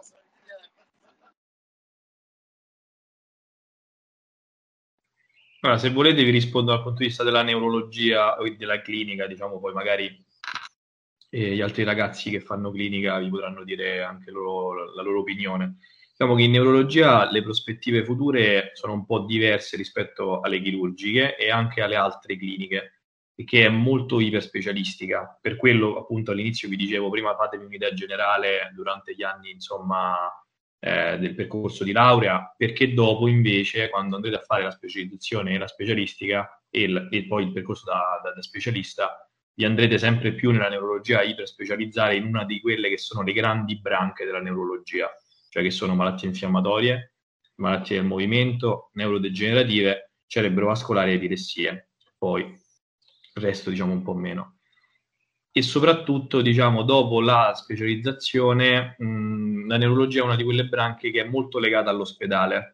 Allora, se volete vi rispondo dal punto di vista della neurologia o della clinica, diciamo, poi magari gli altri ragazzi che fanno clinica vi potranno dire anche la loro opinione. Diciamo che in neurologia le prospettive future sono un po' diverse rispetto alle chirurgiche e anche alle altre cliniche, perché è molto iperspecialistica. Per quello, appunto, all'inizio vi dicevo, prima fatevi un'idea generale durante gli anni, insomma, del percorso di laurea, perché dopo invece, quando andrete a fare la specializzazione e la specialistica e poi il percorso da specialista, vi andrete sempre più nella neurologia a iperspecializzare in una di quelle che sono le grandi branche della neurologia, cioè che sono malattie infiammatorie, malattie del movimento, neurodegenerative, cerebrovascolari e epilessie. Poi il resto, diciamo, un po' meno. E soprattutto, diciamo, dopo la specializzazione, la neurologia è una di quelle branche che è molto legata all'ospedale.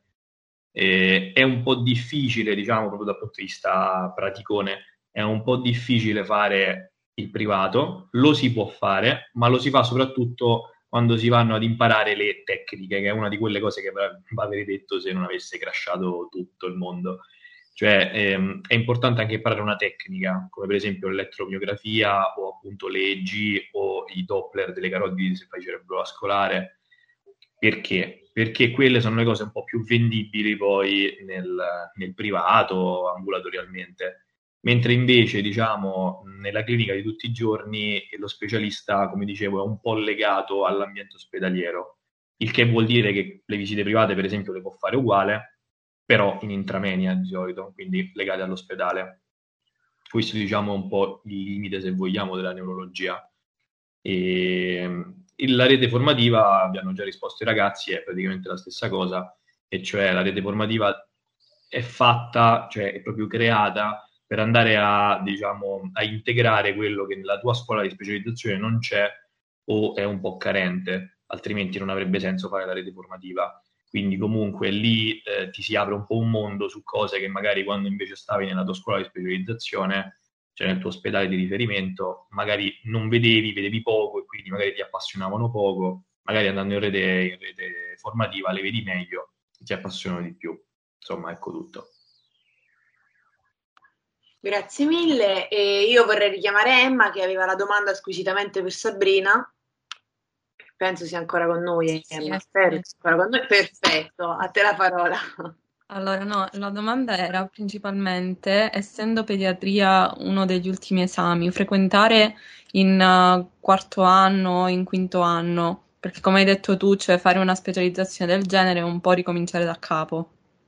È un po' difficile, diciamo, proprio dal punto di vista praticone, è un po' difficile fare il privato, lo si può fare, ma lo si fa soprattutto quando si vanno ad imparare le tecniche, che è una di quelle cose che avrei detto se non avesse crashato tutto il mondo. Cioè è importante anche imparare una tecnica, come per esempio l'elettromiografia o appunto le EEG o i Doppler delle carotidi se fai cerebrovascolare. Perché? Perché quelle sono le cose un po' più vendibili poi nel privato, ambulatorialmente. Mentre invece, diciamo, nella clinica di tutti i giorni lo specialista, come dicevo, è un po' legato all'ambiente ospedaliero, il che vuol dire che le visite private, per esempio, le può fare uguale, però in intramenia di solito, quindi legate all'ospedale. Questo, diciamo, è un po' il limite, se vogliamo, della neurologia. E la rete formativa, vi hanno già risposto i ragazzi, è praticamente la stessa cosa, e cioè la rete formativa è fatta, cioè è proprio creata per andare a, diciamo, a integrare quello che nella tua scuola di specializzazione non c'è o è un po' carente, altrimenti non avrebbe senso fare la rete formativa. Quindi comunque lì ti si apre un po' un mondo su cose che magari quando invece stavi nella tua scuola di specializzazione, cioè nel tuo ospedale di riferimento, magari non vedevi poco e quindi magari ti appassionavano poco, magari andando in rete formativa le vedi meglio e ti appassionano di più. Insomma, ecco tutto. Grazie mille. E io vorrei richiamare Emma che aveva la domanda squisitamente per Sabrina. Penso sia ancora con noi, Emma. Sì. Ancora con noi. Perfetto, a te la parola. Allora, no, la domanda era principalmente, essendo pediatria uno degli ultimi esami, frequentare in quarto anno, in quinto anno, perché come hai detto tu, cioè fare una specializzazione del genere è un po' ricominciare da capo.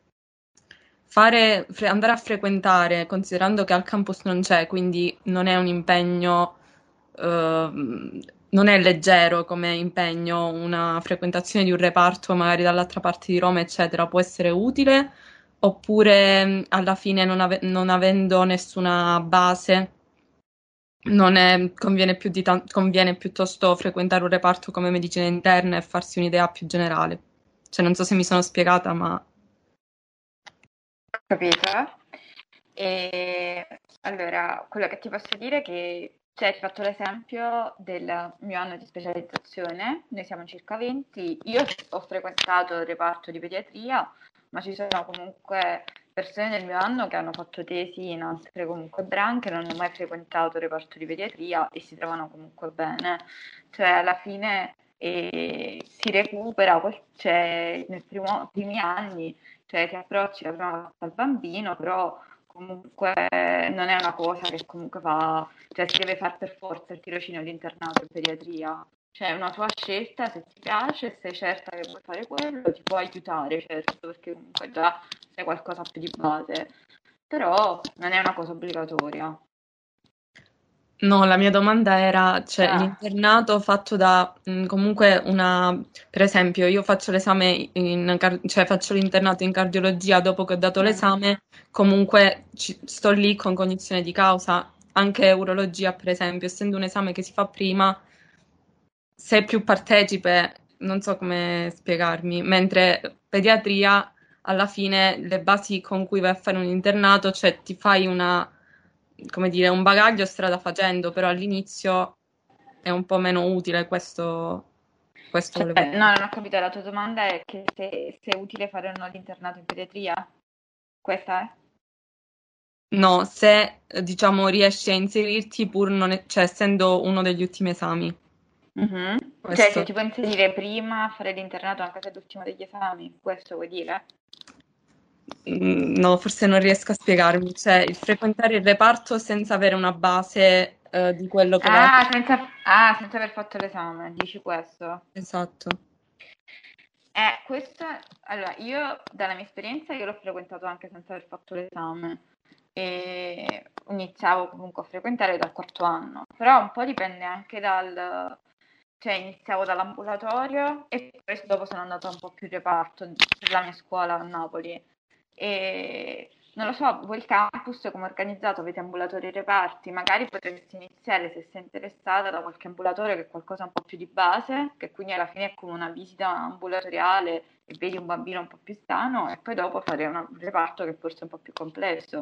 Andare a frequentare, considerando che al campus non c'è, quindi non è un impegno, non è leggero come impegno, una frequentazione di un reparto magari dall'altra parte di Roma, eccetera, può essere utile, oppure alla fine non avendo nessuna base, conviene piuttosto frequentare un reparto come medicina interna e farsi un'idea più generale. Cioè, non so se mi sono spiegata, ma... Capito? E Allora, quello che ti posso dire è che, cioè, ti ho fatto l'esempio del mio anno di specializzazione, noi siamo circa 20, io ho frequentato il reparto di pediatria, ma ci sono comunque persone del mio anno che hanno fatto tesi in altre comunque branche, non hanno mai frequentato il reparto di pediatria e si trovano comunque bene, cioè alla fine si recupera, cioè, nei primi anni, cioè ti approcci la prima volta al bambino, però comunque non è una cosa che comunque fa, cioè si deve fare per forza il tirocinio di internato in pediatria. Cioè è una tua scelta, se ti piace, sei certa che vuoi fare quello, ti può aiutare, certo, perché comunque già sei qualcosa più di base, però non è una cosa obbligatoria. No, la mia domanda era, cioè, l'internato fatto da comunque per esempio, io faccio l'esame cioè faccio l'internato in cardiologia dopo che ho dato l'esame, comunque sto lì con cognizione di causa, anche urologia, per esempio, essendo un esame che si fa prima, sei più partecipe, non so come spiegarmi, mentre pediatria, alla fine, le basi con cui vai a fare un internato, cioè ti fai come dire, un bagaglio strada facendo, però all'inizio è un po' meno utile questo volevo No, dire. non ho capito, la tua domanda è che se è utile fare o no l'internato in pediatria? Questa è? No, se diciamo riesci a inserirti pur cioè, essendo uno degli ultimi esami. Cioè Questo. se ti puoi inserire prima a fare l'internato anche se è l'ultimo degli esami, questo vuoi dire? No, forse non riesco a spiegarmi, cioè il frequentare il reparto senza avere una base di quello che vai a senza aver fatto l'esame, dici questo? Esatto. Questo, allora, io dalla mia esperienza io l'ho frequentato anche senza aver fatto l'esame e iniziavo comunque a frequentare dal quarto anno, però un po' dipende anche cioè iniziavo dall'ambulatorio e poi dopo sono andata un po' più in reparto per la mia scuola a Napoli e non lo so, voi il campus come è organizzato? Avete ambulatori e reparti? Magari potresti iniziare, se sei interessata, da qualche ambulatorio che è qualcosa un po' più di base, che quindi alla fine è come una visita ambulatoriale e vedi un bambino un po' più sano e poi dopo fare un reparto che forse è un po' più complesso.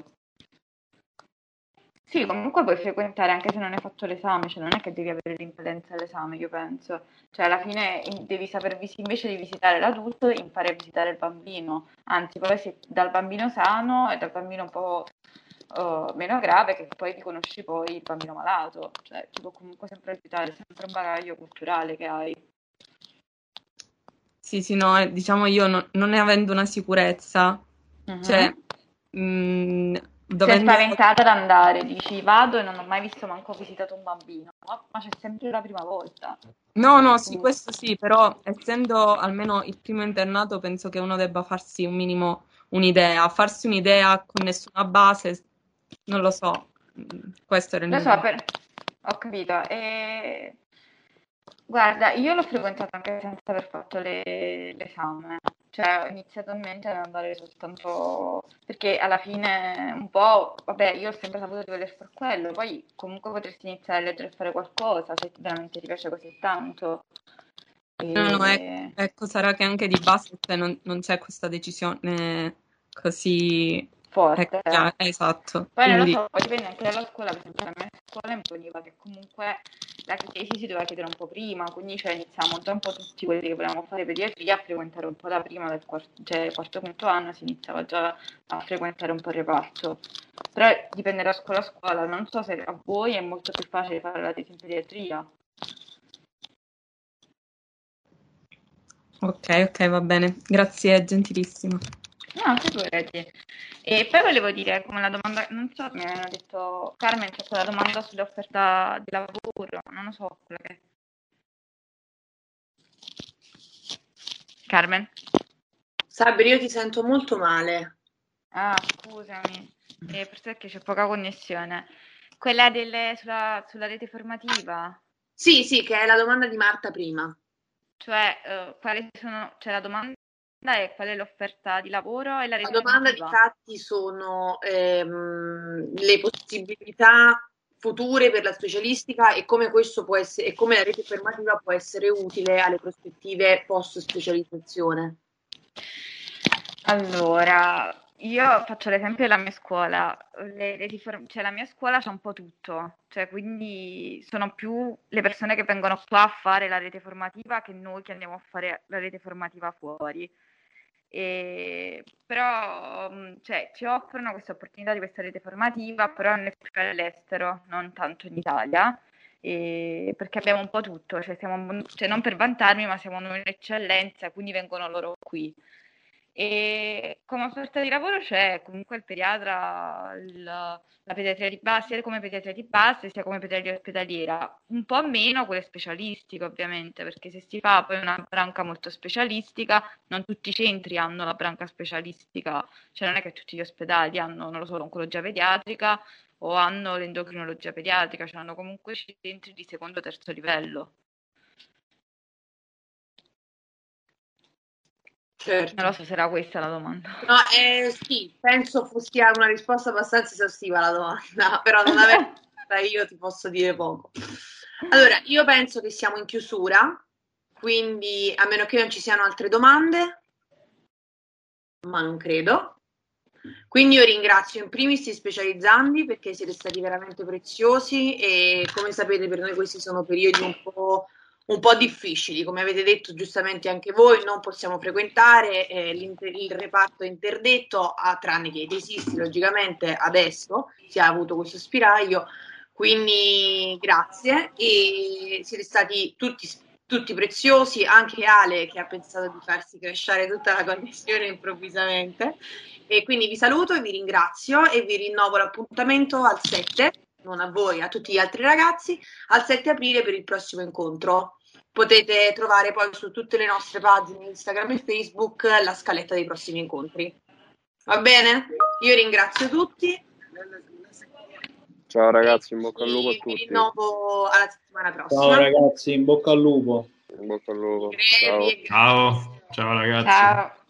Sì, comunque puoi frequentare anche se non hai fatto l'esame, cioè non è che devi avere l'impedenza all'esame, io penso. Cioè alla fine devi saper invece di visitare l'adulto, impari a visitare il bambino. Anzi, poi sei dal bambino sano e dal bambino un po' meno grave che poi riconosci poi il bambino malato. Cioè ti può comunque sempre aiutare, è sempre un bagaglio culturale che hai. Sì, no, diciamo io non ne avendo una sicurezza, cioè Sei spaventata ad andare, dici vado e non ho mai visto manco visitato un bambino, ma c'è sempre la prima volta. No, sì, questo sì, però essendo almeno il primo internato penso che uno debba farsi un minimo un'idea, farsi un'idea con nessuna base, non lo so, questo era il Lo mio so, dubbio. ho capito. Guarda, io l'ho frequentato anche senza aver fatto l'esame, cioè ho iniziato a mente ad andare soltanto perché alla fine un po', vabbè, io ho sempre saputo di voler fare quello, poi comunque potresti iniziare a leggere e fare qualcosa se veramente ti piace così tanto. No, ecco, sarà che anche di base non c'è questa decisione così forte. Esatto. Poi non lo Quindi so, poi dipende anche dalla scuola, per esempio la mia scuola imponiva che comunque la tesi si doveva chiedere un po' prima, quindi cioè, iniziamo già un po' tutti quelli che volevamo fare pediatria a frequentare un po' da prima del quarto quinto anno si iniziava già a frequentare un po' il reparto. Però dipende da scuola a scuola, non so se a voi è molto più facile fare la tesi in pediatria. Ok, va bene. Grazie, gentilissimo. No, figurati. E poi volevo dire, come la domanda, non so, mi avevano detto, Carmen, c'è quella domanda sull'offerta di lavoro, non lo so, quella che... Carmen? Sabri, io ti sento molto male. Ah, scusami, perché c'è poca connessione. Quella sulla rete formativa? Sì, che è la domanda di Marta prima. Cioè, cioè la domanda è qual è l'offerta di lavoro e la rete La domanda formativa? infatti sono le possibilità future per la specialistica e come questo può essere, e come la rete formativa può essere utile alle prospettive post specializzazione. Allora, io faccio l'esempio della mia scuola, cioè la mia scuola c'ha un po' tutto, cioè quindi sono più le persone che vengono qua a fare la rete formativa che noi che andiamo a fare la rete formativa fuori. Però cioè, ci offrono questa opportunità di questa rete formativa, però non è più all'estero, non tanto in Italia, perché abbiamo un po' tutto, cioè, cioè non per vantarmi, ma siamo noi un'eccellenza, quindi vengono loro qui. E come offerta di lavoro c'è comunque il pediatra, la pediatria di base, sia come pediatria di base sia come pediatria ospedaliera, un po' meno quelle specialistiche ovviamente, perché se si fa poi una branca molto specialistica, non tutti i centri hanno la branca specialistica, cioè non è che tutti gli ospedali hanno, non lo so, l'oncologia pediatrica o hanno l'endocrinologia pediatrica, cioè hanno comunque centri di secondo o terzo livello. Certo. Non lo so se era questa la domanda. No, sì, penso sia una risposta abbastanza esaustiva alla domanda, però non averla io ti posso dire poco. Allora, io penso che siamo in chiusura, quindi a meno che non ci siano altre domande, ma non credo. Quindi io ringrazio in primis gli specializzandi perché siete stati veramente preziosi e come sapete per noi questi sono periodi un po' difficili, come avete detto giustamente anche voi, non possiamo frequentare, il reparto è interdetto, tranne che esiste logicamente adesso, si è avuto questo spiraglio, quindi grazie e siete stati tutti preziosi, anche Ale che ha pensato di farsi crashare tutta la connessione improvvisamente e quindi vi saluto e vi ringrazio e vi rinnovo l'appuntamento al 7, non a voi, a tutti gli altri ragazzi, al 7 aprile per il prossimo incontro. Potete trovare poi su tutte le nostre pagine Instagram e Facebook la scaletta dei prossimi incontri. Va bene? Io ringrazio tutti. Ciao ragazzi, in bocca al lupo a Vi tutti. rinnovo alla settimana prossima. Ciao ragazzi, in bocca al lupo. In bocca al lupo. Ciao. Ciao, ciao ragazzi. Ciao.